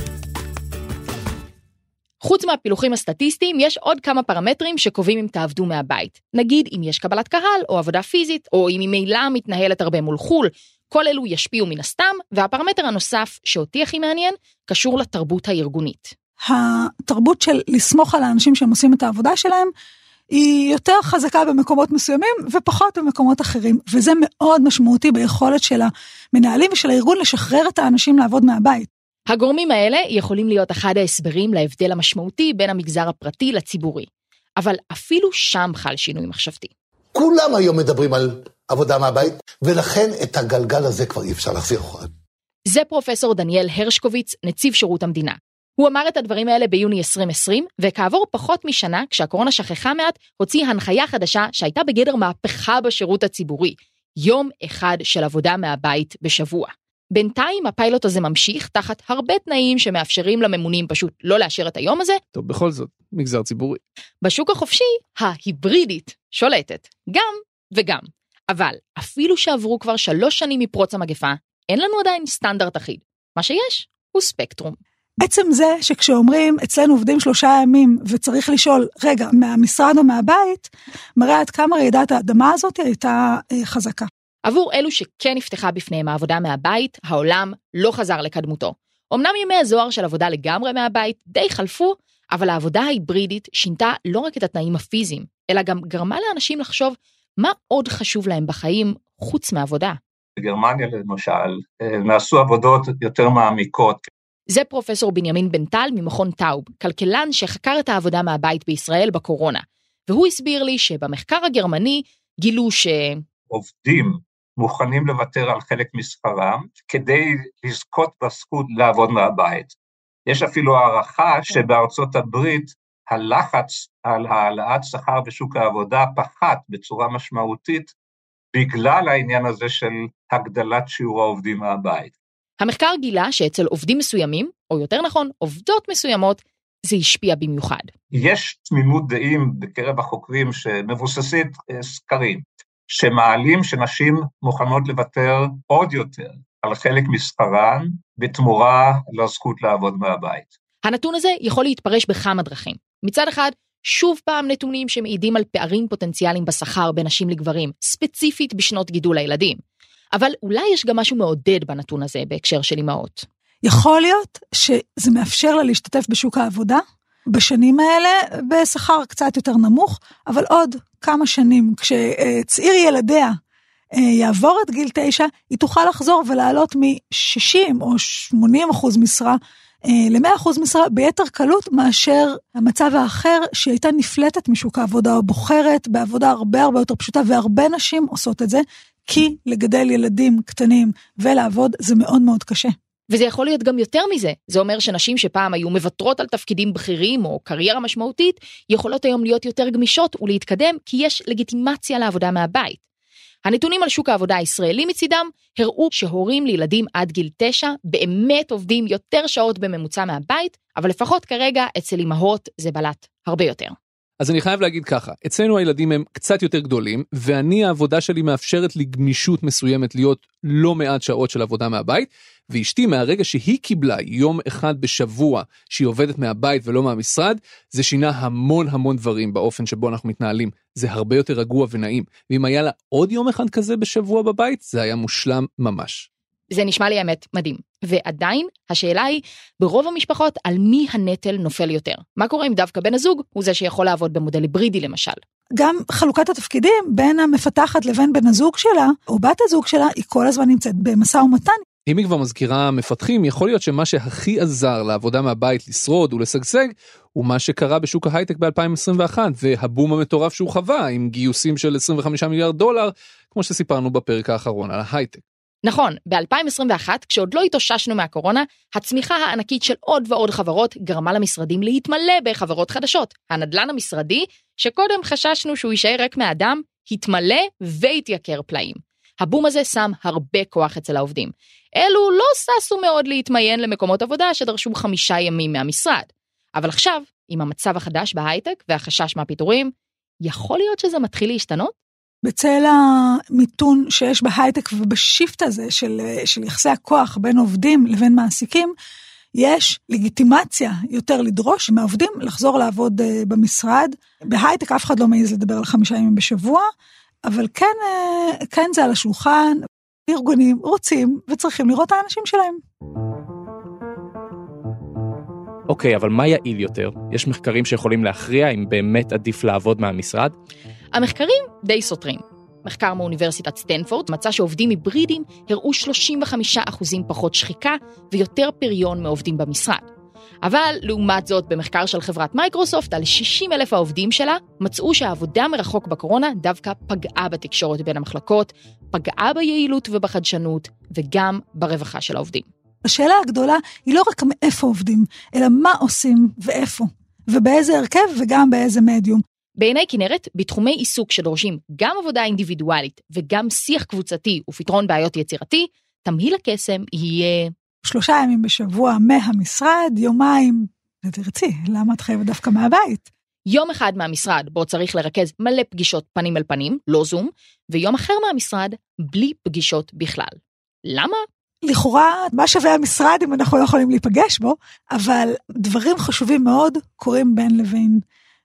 חוץ מהפילוחים הסטטיסטיים, יש עוד כמה פרמטרים שקובעים אם תעבדו מהבית. נגיד אם יש קבלת קהל או עבודה פיזית, או אם ממילא מתנהלת הרבה מול חול, כל אלו ישפיעו מן הסתם, והפרמטר הנוסף שאותי הכי מעניין, קשור לתרבות הארגונית. התרבות של לסמוך על האנשים שהם עושים את העבודה שלהם, היא יותר חזקה במקומות מסוימים ופחות במקומות אחרים, וזה מאוד משמעותי ביכולת של המנהלים ושל הארגון לשחרר את האנשים לעבוד מהבית. הגורמים האלה יכולים להיות אחד ההסברים להבדל המשמעותי בין המגזר הפרטי לציבורי, אבל אפילו שם חל שינוי מחשבתי. כולם היום מדברים על עבודה מהבית, ולכן את הגלגל הזה כבר אי אפשר להחזיר אחורה. זה פרופסור דניאל הרשקוביץ, נציב שירות המדינה. הוא אמר את הדברים האלה ביוני עשרים עשרים, וכעבור פחות משנה, כשהקורונה שכחה מעט, הוציא הנחיה חדשה שהייתה בגדר מהפכה בשירות הציבורי, יום אחד של עבודה מהבית בשבוע. בינתיים הפיילוט הזה ממשיך תחת הרבה תנאים שמאפשרים לממונים פשוט לא לאשר את היום הזה. טוב, בכל זאת, מגזר ציבורי. בשוק החופשי, ההיברידית שולטת, גם וגם. אבל אפילו שעברו כבר שלוש שנים מפרוץ המגפה, אין לנו עדיין סטנדרט אחיד. מה שיש הוא ספקטרום. עצם זה שכשאומרים אצלנו עובדים שלושה ימים וצריך לשאול רגע מהמשרד או מהבית, מראה עד כמה רעידת האדמה הזאת הייתה אה, חזקה. עבור אלו שכן נפתחה בפניהם העבודה מהבית, העולם לא חזר לקדמותו. אמנם ימי הזוהר של עבודה לגמרי מהבית די חלפו, אבל העבודה ההיברידית שינתה לא רק את התנאים הפיזיים, אלא גם גרמה לאנשים לחשוב מה עוד חשוב להם בחיים חוץ מעבודה. בגרמניה למשל, נעשו עבודות יותר מעמיקות. זה פרופסור בנימין בנטל ממכון טאוב, כלכלן שחקר את העבודה מהבית בישראל בקורונה, והוא הסביר לי שבמחקר הגרמני גילו ש... עובדים מוכנים לוותר על חלק משכרם, כדי לזכות בזכות לעבוד מהבית. יש אפילו הערכה שבארצות הברית, הלחץ על העלאת שכר בשוק העבודה פחת בצורה משמעותית, בגלל העניין הזה של הגדלת שיעור העובדים מהבית. המחקר גילה שאצל עובדים מסוימים, או יותר נכון, עובדות מסוימות, זה השפיע במיוחד. יש תמימות דעים בקרב החוקרים שמבוססית סקרים, שמעלים שנשים מוכנות לוותר עוד יותר על חלק משכרן בתמורה לזכות לעבוד מהבית. הנתון הזה יכול להתפרש בכמה דרכים. מצד אחד, שוב פעם נתונים שמעידים על פערים פוטנציאליים בשכר בין נשים לגברים, ספציפית בשנות גידול הילדים. אבל אולי יש גם משהו מעודד בנתון הזה בהקשר של אמהות. יכול להיות שזה מאפשר לה להשתתף בשוק העבודה, בשנים האלה בשכר קצת יותר נמוך, אבל עוד כמה שנים, כשצעיר ילדיה יעבור את גיל תשע, היא תוכל לחזור ולעלות מ-שישים או שמונים אחוז משרה ל-מאה אחוז משרה ביתר קלות מאשר המצב האחר שהיא הייתה נפלטת משוק העבודה או בוחרת בעבודה הרבה הרבה יותר פשוטה, והרבה נשים עושות את זה, כי לגדל ילדים קטנים ולעבוד זה מאוד מאוד קשה. וזה יכול להיות גם יותר מזה. זה אומר שנשים שפעם היו מבטרות על תפקידים בכירים או קריירה משמעותית, יכולות היום להיות יותר גמישות ולהתקדם, כי יש לגיטימציה לעבודה מהבית. הנתונים על שוק העבודה הישראלי מצידם הראו שהורים לילדים עד גיל תשע באמת עובדים יותר שעות בממוצע מהבית, אבל לפחות כרגע אצל אמהות זה בלט הרבה יותר. אז אני חייב להגיד ככה, אצלנו הילדים הם קצת יותר גדולים, ואני העבודה שלי מאפשרת לי גמישות מסוימת להיות לא מעט שעות של עבודה מהבית, ואשתי מהרגע שהיא קיבלה יום אחד בשבוע שהיא עובדת מהבית ולא מהמשרד, זה שינה המון המון דברים באופן שבו אנחנו מתנהלים. זה הרבה יותר רגוע ונעים, ואם היה לה עוד יום אחד כזה בשבוע בבית, זה היה מושלם ממש. זה נשמע לי האמת מדהים. ועדיין, השאלה היא, ברוב המשפחות, על מי הנטל נופל יותר? מה קורה אם דווקא בן הזוג הוא זה שיכול לעבוד במודל היברידי למשל? גם חלוקת התפקידים בין המפתחת לבין בן הזוג שלה, או בת הזוג שלה, היא כל הזמן נמצאת במשא ומתן. אם היא כבר מזכירה מפתחים, יכול להיות שמה שהכי עזר לעבודה מהבית לשרוד ולשגשג, הוא מה שקרה בשוק ההייטק ב-אלפיים עשרים ואחת, והבום המטורף שהוא חווה, עם גיוסים של עשרים וחמישה מיליארד דולר, כמו שסיפרנו בפרק האחרון על ההייטק. נכון, ב-אלפיים עשרים ואחת, כשעוד לא התאוששנו מהקורונה, הצמיחה הענקית של עוד ועוד חברות גרמה למשרדים להתמלא בחברות חדשות. הנדלן המשרדי, שקודם חששנו שהוא יישאר רק מהאדם, התמלא והתייקר פלאים. הבום הזה שם הרבה כוח אצל העובדים. אלו לא ססו מאוד להתמיין למקומות עבודה שדרשו חמישה ימים מהמשרד. אבל עכשיו, עם המצב החדש בהייטק והחשש מהפיטורים, יכול להיות שזה מתחיל להשתנות? בצל המיתון שיש בהייטק ובשיפט הזה של, של יחסי הכוח בין עובדים לבין מעסיקים, יש לגיטימציה יותר לדרוש מהעובדים לחזור לעבוד במשרד. בהייטק אף אחד לא מעז לדבר על חמישה ימים בשבוע, אבל כן, כן זה על השולחן, ארגונים רוצים וצריכים לראות את האנשים שלהם. אוקיי, אבל מה יעיל יותר? יש מחקרים שיכולים להכריע אם באמת עדיף לעבוד מהמשרד? המחקרים די סותרים. מחקר מאוניברסיטת סטנפורד מצא שעובדים היברידים הראו שלושים וחמישה אחוזים פחות שחיקה ויותר פריון מעובדים במשרד. אבל לעומת זאת, במחקר של חברת מייקרוסופט על שישים אלף העובדים שלה, מצאו שהעבודה מרחוק בקורונה דווקא פגעה בתקשורת בין המחלקות, פגעה ביעילות ובחדשנות וגם ברווחה של העובדים. השאלה הגדולה היא לא רק מאיפה עובדים, אלא מה עושים ואיפה, ובאיזה הרכב וגם באיזה מדיום. בעיני כנרת, בתחומי עיסוק שדורשים גם עבודה אינדיבידואלית וגם שיח קבוצתי ופתרון בעיות יצירתי, תמהיל הקסם יהיה שלושה ימים בשבוע מהמשרד, יומיים, זה תרצי, למה את חייבת דווקא מהבית? יום אחד מהמשרד בו צריך לרכז מלא פגישות פנים אל פנים, לא זום, ויום אחר מהמשרד בלי פגישות בכלל. למה? לכאורה, מה שווה המשרד אם אנחנו לא יכולים להיפגש בו, אבל דברים חשובים מאוד קורים בין לבין,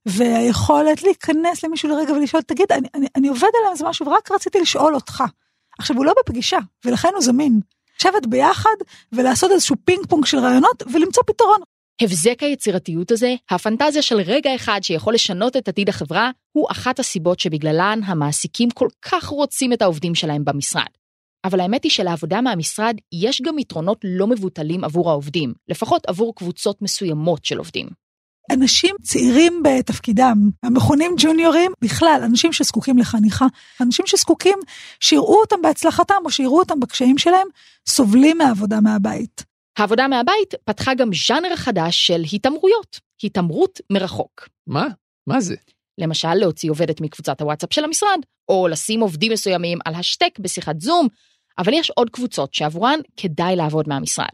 והיכולת להיכנס למישהו לרגע ולשאול, תגיד, אני, אני, אני עובד עליהם זה משהו, ורק רציתי לשאול אותך. עכשיו, הוא לא בפגישה, ולכן הוא זמין. לשבת ביחד ולעשות איזשהו פינג פונג של רעיונות ולמצוא פתרון. הבזק היצירתיות הזה, הפנטזיה של רגע אחד שיכול לשנות את עתיד החברה, הוא אחת הסיבות שבגללן המעסיקים כל כך רוצים את העובדים שלהם במשרד. אבל האמת היא שלעבודה מהמשרד יש גם יתרונות לא מבוטלים עבור העובדים, לפחות עבור קבוצות מסוימות של עובדים. אנשים צעירים בתפקידם, המכונים ג'וניורים, בכלל, אנשים שזקוקים לחניכה, אנשים שזקוקים שיראו אותם בהצלחתם או שיראו אותם בקשיים שלהם, סובלים מהעבודה מהבית. העבודה מהבית פתחה גם ז'אנר חדש של התאמרויות, התאמרות מרחוק. מה? מה זה? למשל, להוציא עובדת מקבוצת הוואטסאפ של המשרד, או לשים עובדים מסוימים על השטק בשיחת זום, אבל יש עוד קבוצות שעבורן כדאי לעבוד מהמשרד.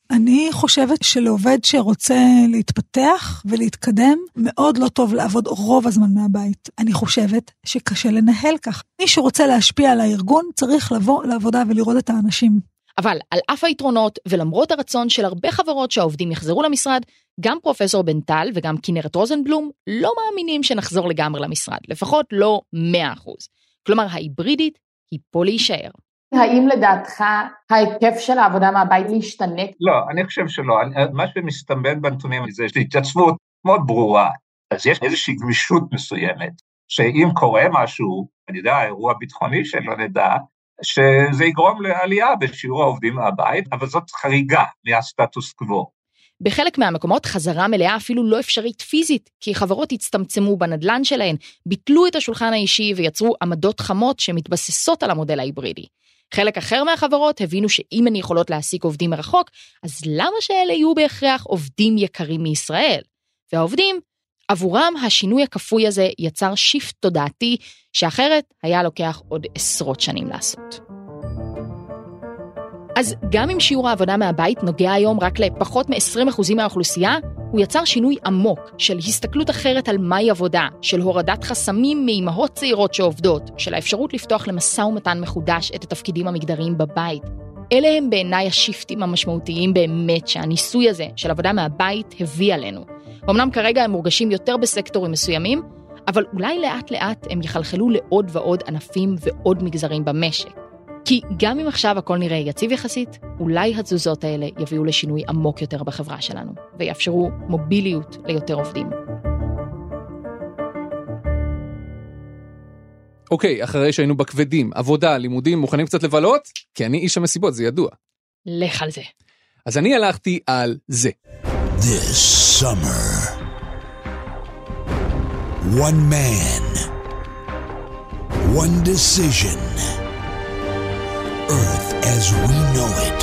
אני חושבת שלעובד שרוצה להתפתח ולהתקדם, מאוד לא טוב לעבוד רוב הזמן מהבית. אני חושבת שקשה לנהל כך. מי שרוצה להשפיע על הארגון צריך לבוא לעבודה ולראות את האנשים. אבל על אף היתרונות ולמרות הרצון של הרבה חברות שהעובדים יחזרו למשרד, גם פרופסור בנטל וגם כנרת רוזנבלום לא מאמינים שנחזור לגמרי למשרד, לפחות לא מאה אחוז. כלומר, ההיברידית היא פה להישאר. האם לדעתך ההיקף של העבודה מהבית להשתנה? לא, אני חושב שלא. מה שמסתמן בנתונים זה התייצבות מאוד ברורה. אז יש איזושהי גמישות מסוימת, שאם קורה משהו, אני יודע, אירוע ביטחוני שלא נדע, שזה יגרום לעלייה בשיעור העובדים מהבית, אבל זאת חריגה מהסטטוס קוו. בחלק מהמקומות חזרה מלאה אפילו לא אפשרית פיזית, כי חברות הצטמצמו בנדלן שלהן, ביטלו את השולחן האישי ויצרו עמדות חמות שמתבססות על המודל ההיברידי. חלק אחר מהחברות הבינו שאם הן יכולות להעסיק עובדים מרחוק, אז למה שאלה יהיו בהכרח עובדים יקרים מישראל? והעובדים, עבורם השינוי הכפוי הזה יצר שיפט תודעתי, שאחרת היה לוקח עוד עשרות שנים לעשות. אז גם אם שיעור העבודה מהבית נוגע היום רק לפחות מ-עשרים אחוז מהאוכלוסייה, הוא יצר שינוי עמוק של הסתכלות אחרת על מהי עבודה, של הורדת חסמים מאימהות צעירות שעובדות, של האפשרות לפתוח למשא ומתן מחודש את התפקידים המגדריים בבית. אלה הם בעיניי השיפטים המשמעותיים באמת שהניסוי הזה של עבודה מהבית הביא עלינו. אמנם כרגע הם מורגשים יותר בסקטורים מסוימים, אבל אולי לאט לאט הם יחלחלו לעוד ועוד ענפים ועוד מגזרים במשק. כי גם אם עכשיו הכל נראה יציב יחסית, אולי התזוזות האלה יביאו לשינוי עמוק יותר בחברה שלנו, ויאפשרו מוביליות ליותר עובדים. אוקיי, אחרי שהיינו בכבדים, עבודה, לימודים, מוכנים קצת לבלות? כי אני איש המסיבות, זה ידוע. לך על זה. אז אני הלכתי על זה. This summer, one man, one decision. Earth as we know it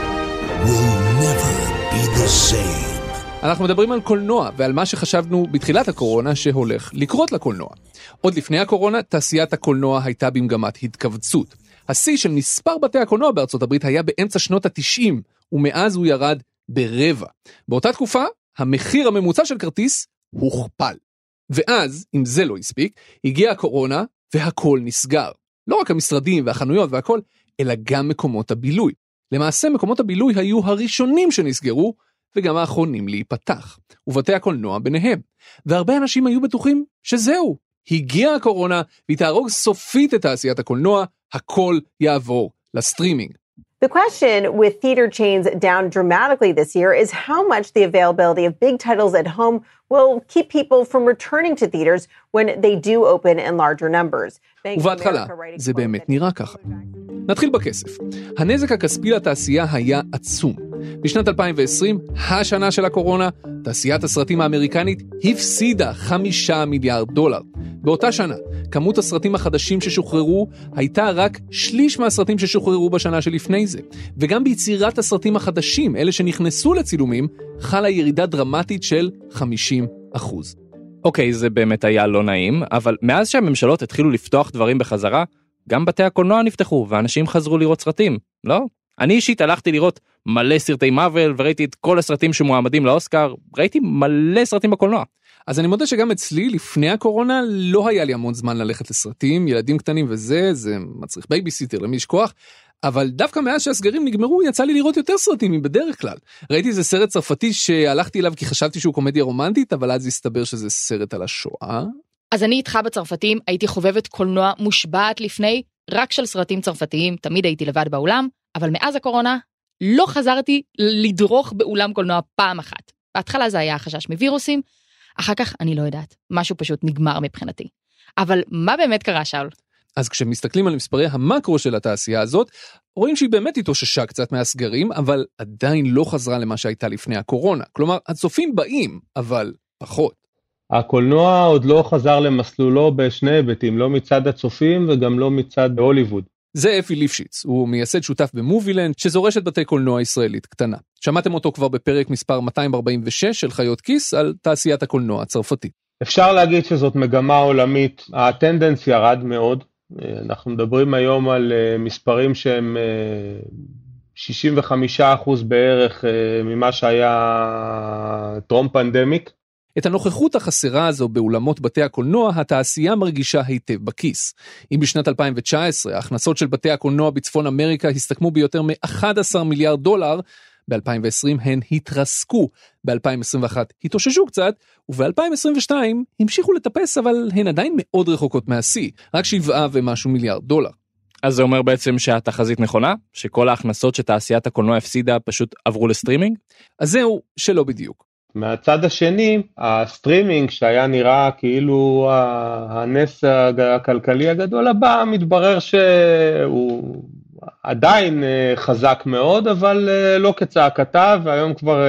will never be the same. אנחנו מדברים על קולנוע ועל מה שחשבנו בתחילת הקורונה שהולך לקרות לקולנוע. עוד לפני הקורונה, תעשיית הקולנוע הייתה במגמת התכווצות. השיא של מספר בתי הקולנוע בארצות הברית היה באמצע שנות ה-תשעים, ומאז הוא ירד ברבע. באותה תקופה, המחיר הממוצע של כרטיס הוכפל. ואז, אם זה לא הספיק, הגיעה הקורונה והכל נסגר. לא רק המשרדים והחנויות והכל, אלא גם מקומות הבילוי. למעשה מקומות הבילוי היו הראשונים שנסגרו, וגם האחרונים להיפתח, ובתי הקולנוע ביניהם. והרבה אנשים היו בטוחים שזהו, הגיעה הקורונה, והיא תהרוג סופית את תעשיית הקולנוע, הכל יעבור לסטרימינג. The question with theater chains down dramatically this year is how much the availability of big titles at home will keep people from returning to theaters when they do open in larger numbers. ובהתחלה, זה באמת נראה ככה. נתחיל בכסף. הנזק הכספי לתעשייה היה עצום. בשנת אלפיים ועשרים, השנה של הקורונה, תעשיית הסרטים האמריקנית הפסידה חמישה מיליארד דולר. באותה שנה, כמות הסרטים החדשים ששוחררו הייתה רק שליש מהסרטים ששוחררו בשנה שלפני זה. וגם ביצירת הסרטים החדשים, אלה שנכנסו לצילומים, חלה ירידה דרמטית של חמישים אחוז. אוקיי, זה באמת היה לא נעים, אבל מאז שהממשלות התחילו לפתוח דברים בחזרה, גם בתי הקולנוע נפתחו, ואנשים חזרו לראות סרטים, לא? אני אישית הלכתי לראות מלא סרטי מאבל, וראיתי את כל הסרטים שמועמדים לאוסקר, ראיתי מלא סרטים בקולנוע. אז אני מודה שגם אצלי, לפני הקורונה, לא היה לי המון זמן ללכת לסרטים, ילדים קטנים וזה, זה מצריך בייביסיטר, למי יש כוח, אבל דווקא מאז שהסגרים נגמרו, יצא לי לראות יותר סרטים מבדרך כלל. ראיתי איזה סרט צרפתי שהלכתי אליו כי חשבתי שהוא קומדיה רומנטית, אבל אז הסתבר שזה סרט על השואה. אז אני איתך בצרפתים, הייתי חובבת קולנוע מושבעת לפני, רק של סרטים צרפתיים, תמיד הייתי לבד באולם, אבל מאז הקורונה לא חזרתי לדרוך באולם קולנוע פעם אחת. בהתחלה זה היה החשש מווירוסים, אחר כך אני לא יודעת, משהו פשוט נגמר מבחינתי. אבל מה באמת קרה, שאול? אז כשמסתכלים על מספרי המקרו של התעשייה הזאת, רואים שהיא באמת התאוששה קצת מהסגרים, אבל עדיין לא חזרה למה שהייתה לפני הקורונה. כלומר, הצופים באים, אבל פחות. הקולנוע עוד לא חזר למסלולו בשני היבטים, לא מצד הצופים וגם לא מצד הוליווד. זה אפי ליפשיץ, הוא מייסד שותף במובילנד, שזו רשת בתי קולנוע ישראלית קטנה. שמעתם אותו כבר בפרק מספר מאתיים ארבעים ושש של חיות כיס על תעשיית הקולנוע הצרפתית. אפשר להגיד שזאת מגמה עולמית, הטנדנס ירד מאוד, אנחנו מדברים היום על מספרים שהם שישים וחמישה אחוז בערך ממה שהיה טרום פנדמיק. את הנוכחות החסרה הזו באולמות בתי הקולנוע, התעשייה מרגישה היטב בכיס. אם בשנת אלפיים תשע עשרה ההכנסות של בתי הקולנוע בצפון אמריקה הסתכמו ביותר מ-אחד עשר מיליארד דולר, ב-אלפיים ועשרים הן התרסקו, ב-אלפיים עשרים ואחת התאוששו קצת, וב-אלפיים עשרים ושתיים המשיכו לטפס, אבל הן עדיין מאוד רחוקות מהשיא, רק שבעה ומשהו מיליארד דולר. אז זה אומר בעצם שהתחזית נכונה? שכל ההכנסות שתעשיית הקולנוע הפסידה פשוט עברו לסטרימינג? אז זהו, שלא בדיוק. מהצד השני, הסטרימינג שהיה נראה כאילו הנס הכלכלי הגדול הבא, מתברר שהוא עדיין חזק מאוד, אבל לא כצעקתה, והיום כבר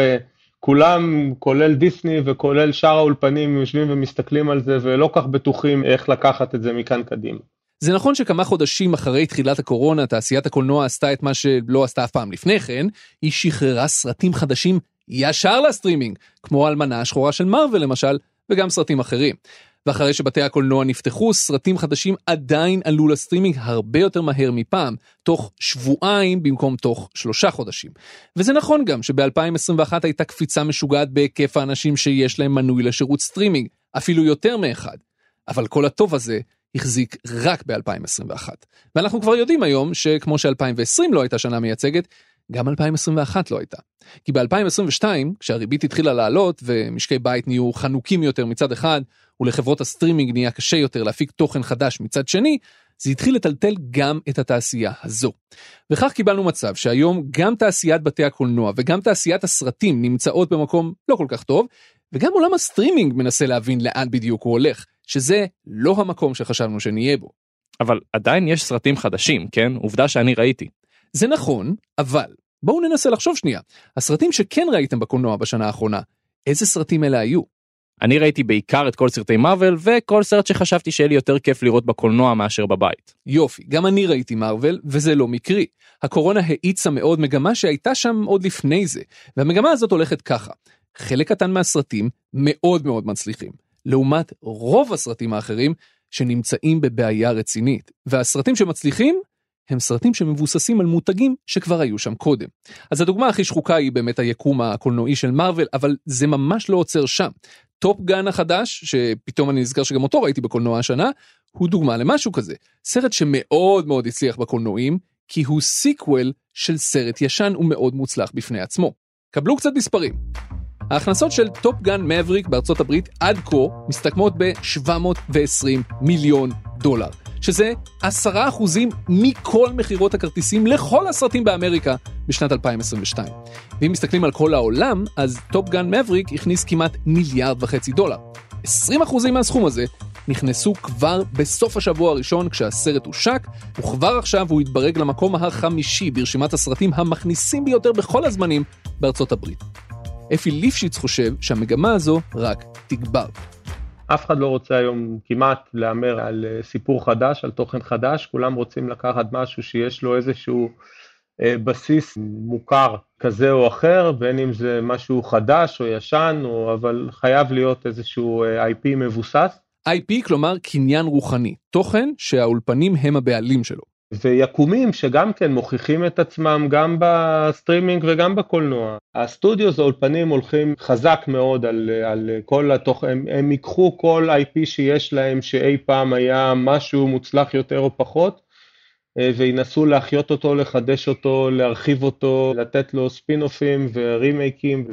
כולם, כולל דיסני וכולל שאר האולפנים, יושבים ומסתכלים על זה, ולא כך בטוחים איך לקחת את זה מכאן קדימה. זה נכון שכמה חודשים אחרי תחילת הקורונה, תעשיית הקולנוע עשתה את מה שלא עשתה אף פעם לפני כן, היא שחררה סרטים חדשים ישר לסטרימינג, כמו אלמנה השחורה של מארוול למשל, וגם סרטים אחרים. ואחרי שבתי הקולנוע נפתחו, סרטים חדשים עדיין עלו לסטרימינג הרבה יותר מהר מפעם, תוך שבועיים במקום תוך שלושה חודשים. וזה נכון גם שב-אלפיים עשרים ואחת הייתה קפיצה משוגעת בהיקף האנשים שיש להם מנוי לשירות סטרימינג, אפילו יותר מאחד. אבל כל הטוב הזה החזיק רק ב-אלפיים עשרים ואחת. ואנחנו כבר יודעים היום שכמו ש-אלפיים ועשרים לא הייתה שנה מייצגת, גם אלפיים עשרים ואחת לא הייתה. כי ב-אלפיים עשרים ושתיים, כשהריבית התחילה לעלות ומשקי בית נהיו חנוקים יותר מצד אחד, ולחברות הסטרימינג נהיה קשה יותר להפיק תוכן חדש מצד שני, זה התחיל לטלטל גם את התעשייה הזו. וכך קיבלנו מצב שהיום גם תעשיית בתי הקולנוע וגם תעשיית הסרטים נמצאות במקום לא כל כך טוב, וגם עולם הסטרימינג מנסה להבין לאן בדיוק הוא הולך, שזה לא המקום שחשבנו שנהיה בו. אבל עדיין יש סרטים חדשים, כן? עובדה שאני ראיתי. זה נכון, אבל בואו ננסה לחשוב שנייה. הסרטים שכן ראיתם בקולנוע בשנה האחרונה, איזה סרטים אלה היו? אני ראיתי בעיקר את כל סרטי מארוול, וכל סרט שחשבתי שיהיה לי יותר כיף לראות בקולנוע מאשר בבית. יופי, גם אני ראיתי מארוול, וזה לא מקרי. הקורונה האיצה מאוד מגמה שהייתה שם עוד לפני זה, והמגמה הזאת הולכת ככה. חלק קטן מהסרטים מאוד מאוד מצליחים, לעומת רוב הסרטים האחרים שנמצאים בבעיה רצינית. והסרטים שמצליחים הם סרטים שמבוססים על מותגים שכבר היו שם קודם. אז הדוגמה הכי שחוקה היא באמת היקום הקולנועי של מארוול, אבל זה ממש לא עוצר שם. טופ גן החדש, שפתאום אני נזכר שגם אותו ראיתי בקולנוע השנה, הוא דוגמה למשהו כזה. סרט שמאוד מאוד הצליח בקולנועים, כי הוא סיקוול של סרט ישן ומאוד מוצלח בפני עצמו. קבלו קצת מספרים. ההכנסות של טופ גן מבריק בארצות הברית עד כה מסתכמות ב-שבע מאות ועשרים מיליון דולר. שזה עשרה אחוזים מכל מחירות הכרטיסים לכל הסרטים באמריקה בשנת אלפיים עשרים ושתיים. ואם מסתכלים על כל העולם, אז טופ גן מבריק הכניס כמעט מיליארד וחצי דולר. עשרים אחוזים מהסכום הזה נכנסו כבר בסוף השבוע הראשון כשהסרט הושק, וכבר עכשיו הוא התברג למקום החמישי ברשימת הסרטים המכניסים ביותר בכל הזמנים בארצות הברית. אפי ליפשיץ חושב שהמגמה הזו רק תגבר. אף אחד לא רוצה היום כמעט לאמר על סיפור חדש, על תוכן חדש, כולם רוצים לקחת משהו שיש לו איזשהו בסיס מוכר כזה או אחר, בין אם זה משהו חדש או ישן, או, אבל חייב להיות איזשהו איי פי מבוסס. איי פי כלומר קניין רוחני, תוכן שהאולפנים הם הבעלים שלו. ויקומים שגם כן מוכיחים את עצמם גם בסטרימינג וגם בקולנוע. הסטודיוס האולפנים הולכים חזק מאוד על, על כל התוכן, הם, הם ייקחו כל איי פי שיש להם שאי פעם היה משהו מוצלח יותר או פחות, וינסו להחיות אותו, לחדש אותו, להרחיב אותו, לתת לו ספין-אופים ורימייקים,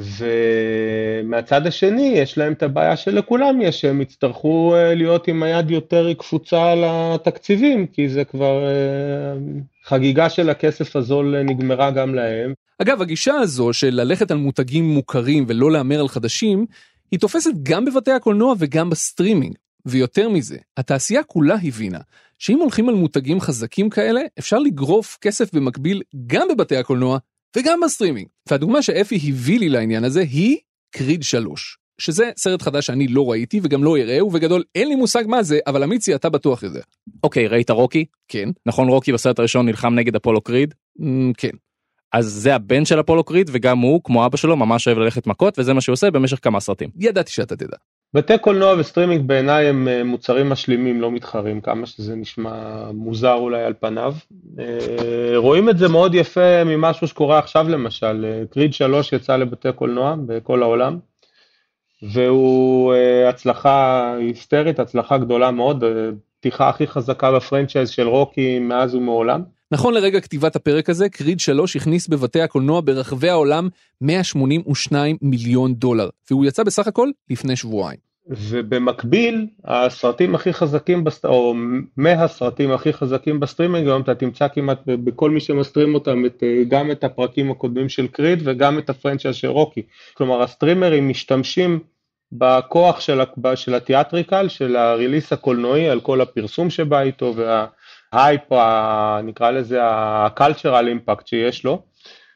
ומהצד השני יש להם את הבעיה שלכולם יש, שהם יצטרכו להיות עם היד יותר קפוצה על התקציבים, כי זה כבר חגיגה של הכסף הזול נגמרה גם להם. אגב, הגישה הזו של ללכת על מותגים מוכרים ולא לאמר על חדשים, היא תופסת גם בבתי הקולנוע וגם בסטרימינג. ויותר מזה, התעשייה כולה הבינה שאם הולכים על מותגים חזקים כאלה, אפשר לגרוף כסף במקביל גם בבתי הקולנוע וגם בסטרימינג. והדוגמה שאפי הביא לי לעניין הזה היא קריד שלוש, שזה סרט חדש שאני לא ראיתי וגם לא אראה, ובגדול אין לי מושג מה זה, אבל אמיצי אתה בטוח יודע. אוקיי, ראית רוקי? כן. נכון, רוקי בסרט הראשון נלחם נגד אפולו קריד? Mm, כן. אז זה הבן של אפולו קריד, וגם הוא, כמו אבא שלו, ממש אוהב ללכת מכות, וזה מה שהוא עושה במשך כמה סרטים. ידעתי שאתה תדע. בתי קולנוע וסטרימינג בעיניי הם מוצרים משלימים, לא מתחרים, כמה שזה נשמע מוזר אולי על פניו. רואים את זה מאוד יפה ממשהו שקורה עכשיו למשל, קריד שלוש יצא לבתי קולנוע בכל העולם, והוא הצלחה היסטרית, הצלחה גדולה מאוד, פתיחה הכי חזקה בפרנצ'ייז של רוקי מאז ומעולם. נכון לרגע כתיבת הפרק הזה, קריד שלוש הכניס בבתי הקולנוע ברחבי העולם מאה שמונים ושניים מיליון דולר, והוא יצא בסך הכל לפני שבועיים. ובמקביל, הסרטים הכי חזקים, או מהסרטים הכי חזקים בסטרימינג, היום אתה תמצא כמעט בכל מי שמסטרים אותם, את, גם את הפרקים הקודמים של קריד, וגם את הפרנצ'ייז של רוקי. כלומר, הסטרימרים משתמשים בכוח של, של התיאטריקל, של הריליס הקולנועי, על כל הפרסום שבא איתו, וה... הייפ, נקרא לזה ה-cultural impact שיש לו,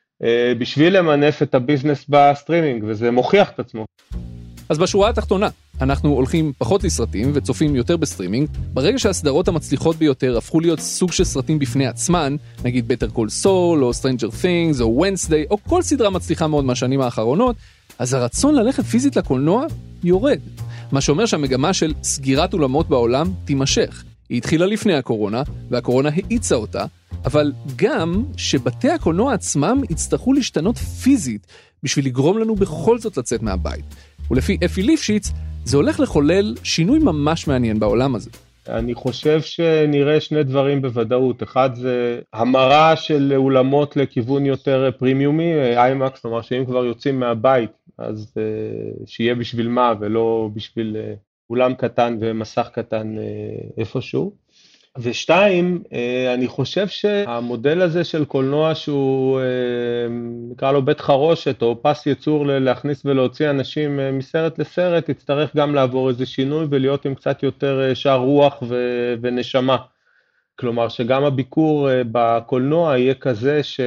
בשביל למנף את הביזנס בסטרימינג, וזה מוכיח את עצמו. אז בשורה התחתונה, אנחנו הולכים פחות לסרטים וצופים יותר בסטרימינג, ברגע שהסדרות המצליחות ביותר הפכו להיות סוג של סרטים בפני עצמן, נגיד Better Call Saul, או Stranger Things, או Wednesday, או כל סדרה מצליחה מאוד מהשנים האחרונות, אז הרצון ללכת פיזית לקולנוע יורד. מה שאומר שהמגמה של סגירת אולמות בעולם תימשך. היא התחילה לפני הקורונה, והקורונה האיצה אותה, אבל גם שבתי הקולנוע עצמם יצטרכו להשתנות פיזית, בשביל לגרום לנו בכל זאת לצאת מהבית. ולפי אפי ליפשיץ, זה הולך לחולל שינוי ממש מעניין בעולם הזה. אני חושב שנראה שני דברים בוודאות. אחד זה המרה של אולמות לכיוון יותר פרימיומי, איימקס, כלומר שאם כבר יוצאים מהבית, אז שיהיה בשביל מה ולא בשביל אולם קטן ומסך קטן איפשהו. ושתיים, אני חושב שהמודל הזה של קולנוע שהוא נקרא לו בית חרושת או פס יצור להכניס ולהוציא אנשים מסרט לסרט, יצטרך גם לעבור איזה שינוי ולהיות עם קצת יותר שער רוח ו- ונשמה. כלומר שגם הביקור בקולנוע יהיה כזה ש...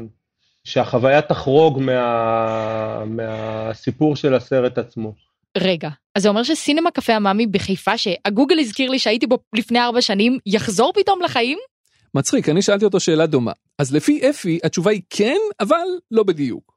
שהחוויה תחרוג מה... מהסיפור של הסרט עצמו. רגע, אז זה אומר שסינמה קפה המאמי בחיפה, שהגוגל הזכיר לי שהייתי בו לפני ארבע שנים, יחזור פתאום לחיים? מצחיק, אני שאלתי אותו שאלה דומה. אז לפי אפי, התשובה היא כן, אבל לא בדיוק.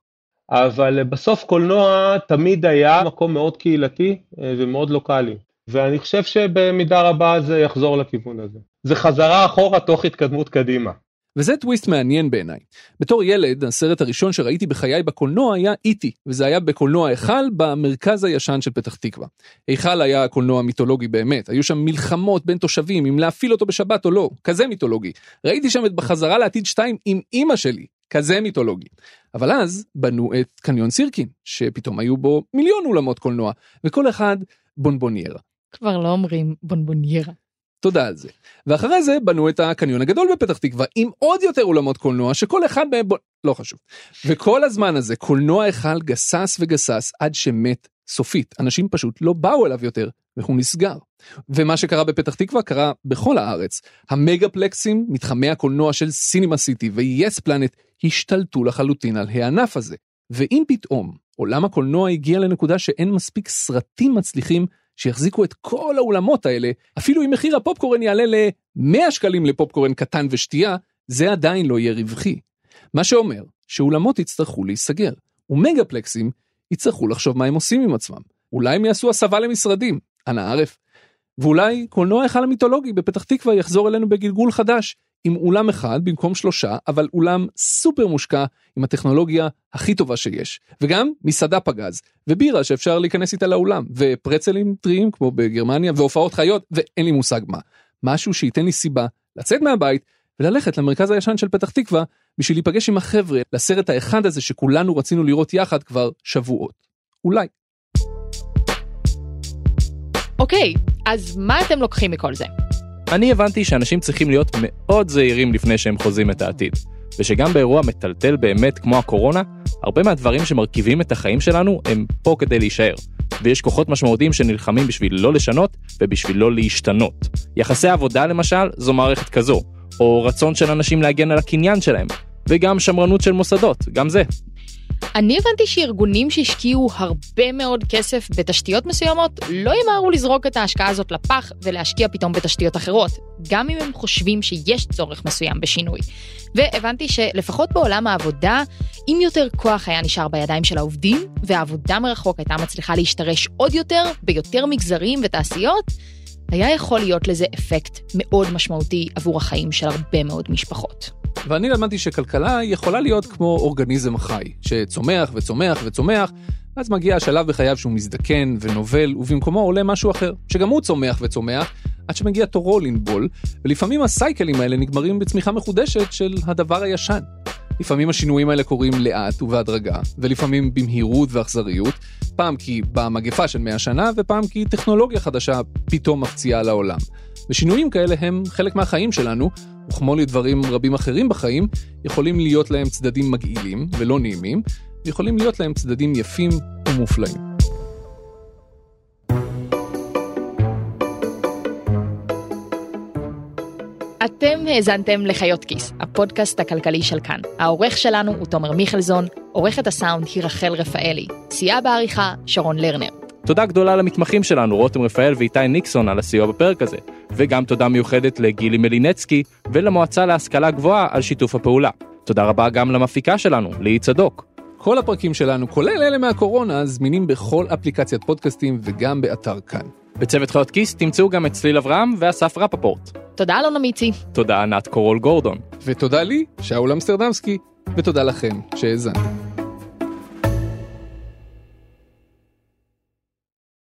אבל בסוף קולנוע תמיד היה מקום מאוד קהילתי ומאוד לוקלי. ואני חושב שבמידה רבה זה יחזור לכיוון הזה. זה חזרה אחורה תוך התקדמות קדימה. וזה טוויסט מעניין בעיניי. בתור ילד, הסרט הראשון שראיתי בחיי בקולנוע היה איטי, וזה היה בקולנוע היכל במרכז הישן של פתח תקווה. היכל היה קולנוע מיתולוגי באמת, היו שם מלחמות בין תושבים, אם להפיל אותו בשבת או לא, כזה מיתולוגי. ראיתי שם את בחזרה לעתיד שתיים עם אמא שלי, כזה מיתולוגי. אבל אז בנו את קניון סירקין, שפתאום היו בו מיליון אולמות קולנוע, וכל אחד בונבוניירה. כבר לא אומרים בונבוניירה. תודה על זה. ואחרי זה בנו את הקניון הגדול בפתח תקווה, עם עוד יותר אולמות קולנוע, שכל אחד מהם בו... לא חשוב. וכל הזמן הזה, קולנוע היכל גסס וגסס, עד שמת סופית. אנשים פשוט לא באו אליו יותר, והוא נסגר. ומה שקרה בפתח תקווה קרה בכל הארץ. המגפלקסים, מתחמי הקולנוע של סינימה סיטי ו-Yes Planet, השתלטו לחלוטין על הענף הזה. ואם פתאום עולם הקולנוע הגיע לנקודה שאין מספיק סרטים מצליחים, שיחזיקו את כל האולמות האלה, אפילו אם מחיר הפופקורן יעלה ל-מאה שקלים לפופקורן קטן ושתייה, זה עדיין לא יהיה רווחי. מה שאומר שאולמות יצטרכו להיסגר, ומגפלקסים יצטרכו לחשוב מה הם עושים עם עצמם. אולי הם יעשו הסבה למשרדים, אנא ערף. ואולי קולנוע היכל המיתולוגי בפתח תקווה יחזור אלינו בגלגול חדש, עם אולם אחד במקום שלושה, אבל אולם סופר מושקע עם הטכנולוגיה הכי טובה שיש. וגם מסעדה פגז, ובירה שאפשר להיכנס איתה לאולם, ופרצלים טריים כמו בגרמניה, והופעות חיות, ואין לי מושג מה. משהו שייתן לי סיבה לצאת מהבית, וללכת למרכז הישן של פתח תקווה, בשביל להיפגש עם החבר'ה לסרט האחד הזה שכולנו רצינו לראות יחד כבר שבועות. אולי. אוקיי, אז מה אתם לוקחים מכל זה? אני הבנתי שאנשים צריכים להיות מאוד זהירים לפני שהם חוזים את העתיד, ושגם באירוע מטלטל באמת כמו הקורונה, הרבה מהדברים שמרכיבים את החיים שלנו הם פה כדי להישאר, ויש כוחות משמעותיים שנלחמים בשביל לא לשנות ובשביל לא להשתנות. יחסי עבודה למשל זו מערכת כזו, או רצון של אנשים להגן על הקניין שלהם, וגם שמרנות של מוסדות, גם זה. אני הבנתי שארגונים שהשקיעו הרבה מאוד כסף בתשתיות מסוימות, לא ימהרו לזרוק את ההשקעה הזאת לפח ולהשקיע פתאום בתשתיות אחרות, גם אם הם חושבים שיש צורך מסוים בשינוי. והבנתי שלפחות בעולם העבודה, אם יותר כוח היה נשאר בידיים של העובדים, והעבודה מרחוק הייתה מצליחה להשתרש עוד יותר, ביותר מגזרים ותעשיות, היה יכול להיות לזה אפקט מאוד משמעותי עבור החיים של הרבה מאוד משפחות. ואני למדתי שכלכלה יכולה להיות כמו אורגניזם חי, שצומח וצומח וצומח, אז מגיע השלב בחייו שהוא מזדקן ונובל, ובמקומו עולה משהו אחר, שגם הוא צומח וצומח, עד שמגיע תורו לנבול, ולפעמים הסייקלים האלה נגמרים בצמיחה מחודשת של הדבר הישן. לפעמים השינויים האלה קורים לאט ובהדרגה, ולפעמים במהירות ואכזריות, פעם כי במגפה של מאה שנה, ופעם כי טכנולוגיה חדשה פתאום מפציעה לעולם. ושינויים כאלה הם חלק מהחיים שלנו, וכמו לדברים רבים אחרים בחיים, יכולים להיות להם צדדים מגעילים ולא נעימים, ויכולים להיות להם צדדים יפים ומופלאים. אתם האזנתם לחיות כיס, הפודקאסט הכלכלי של כאן. העורך שלנו הוא תומר מיכלזון, עורכת הסאונד היא רחל רפאלי, סייעה בעריכה שרון לרנר. תודה גדולה למתמחים שלנו, רותם רפאל ואיתי ניקסון על הסיוע בפרק הזה, וגם תודה מיוחדת לגילי מלינצקי ולמועצה להשכלה גבוהה על שיתוף הפעולה. תודה רבה גם למפיקה שלנו, ליהי צדוק. כל הפרקים שלנו, כולל אלה מהקורונה, זמינים בכל אפליקציית פודקאסטים וגם באתר כאן. בצוות חיות כיס תמצאו גם את צליל אברהם ואסף רפפורט. תודה אלונה מיצי. תודה ענת קורול גורדון. ותודה לי, שאול אמסטרדמסקי, ותודה לכם שהאזנתם.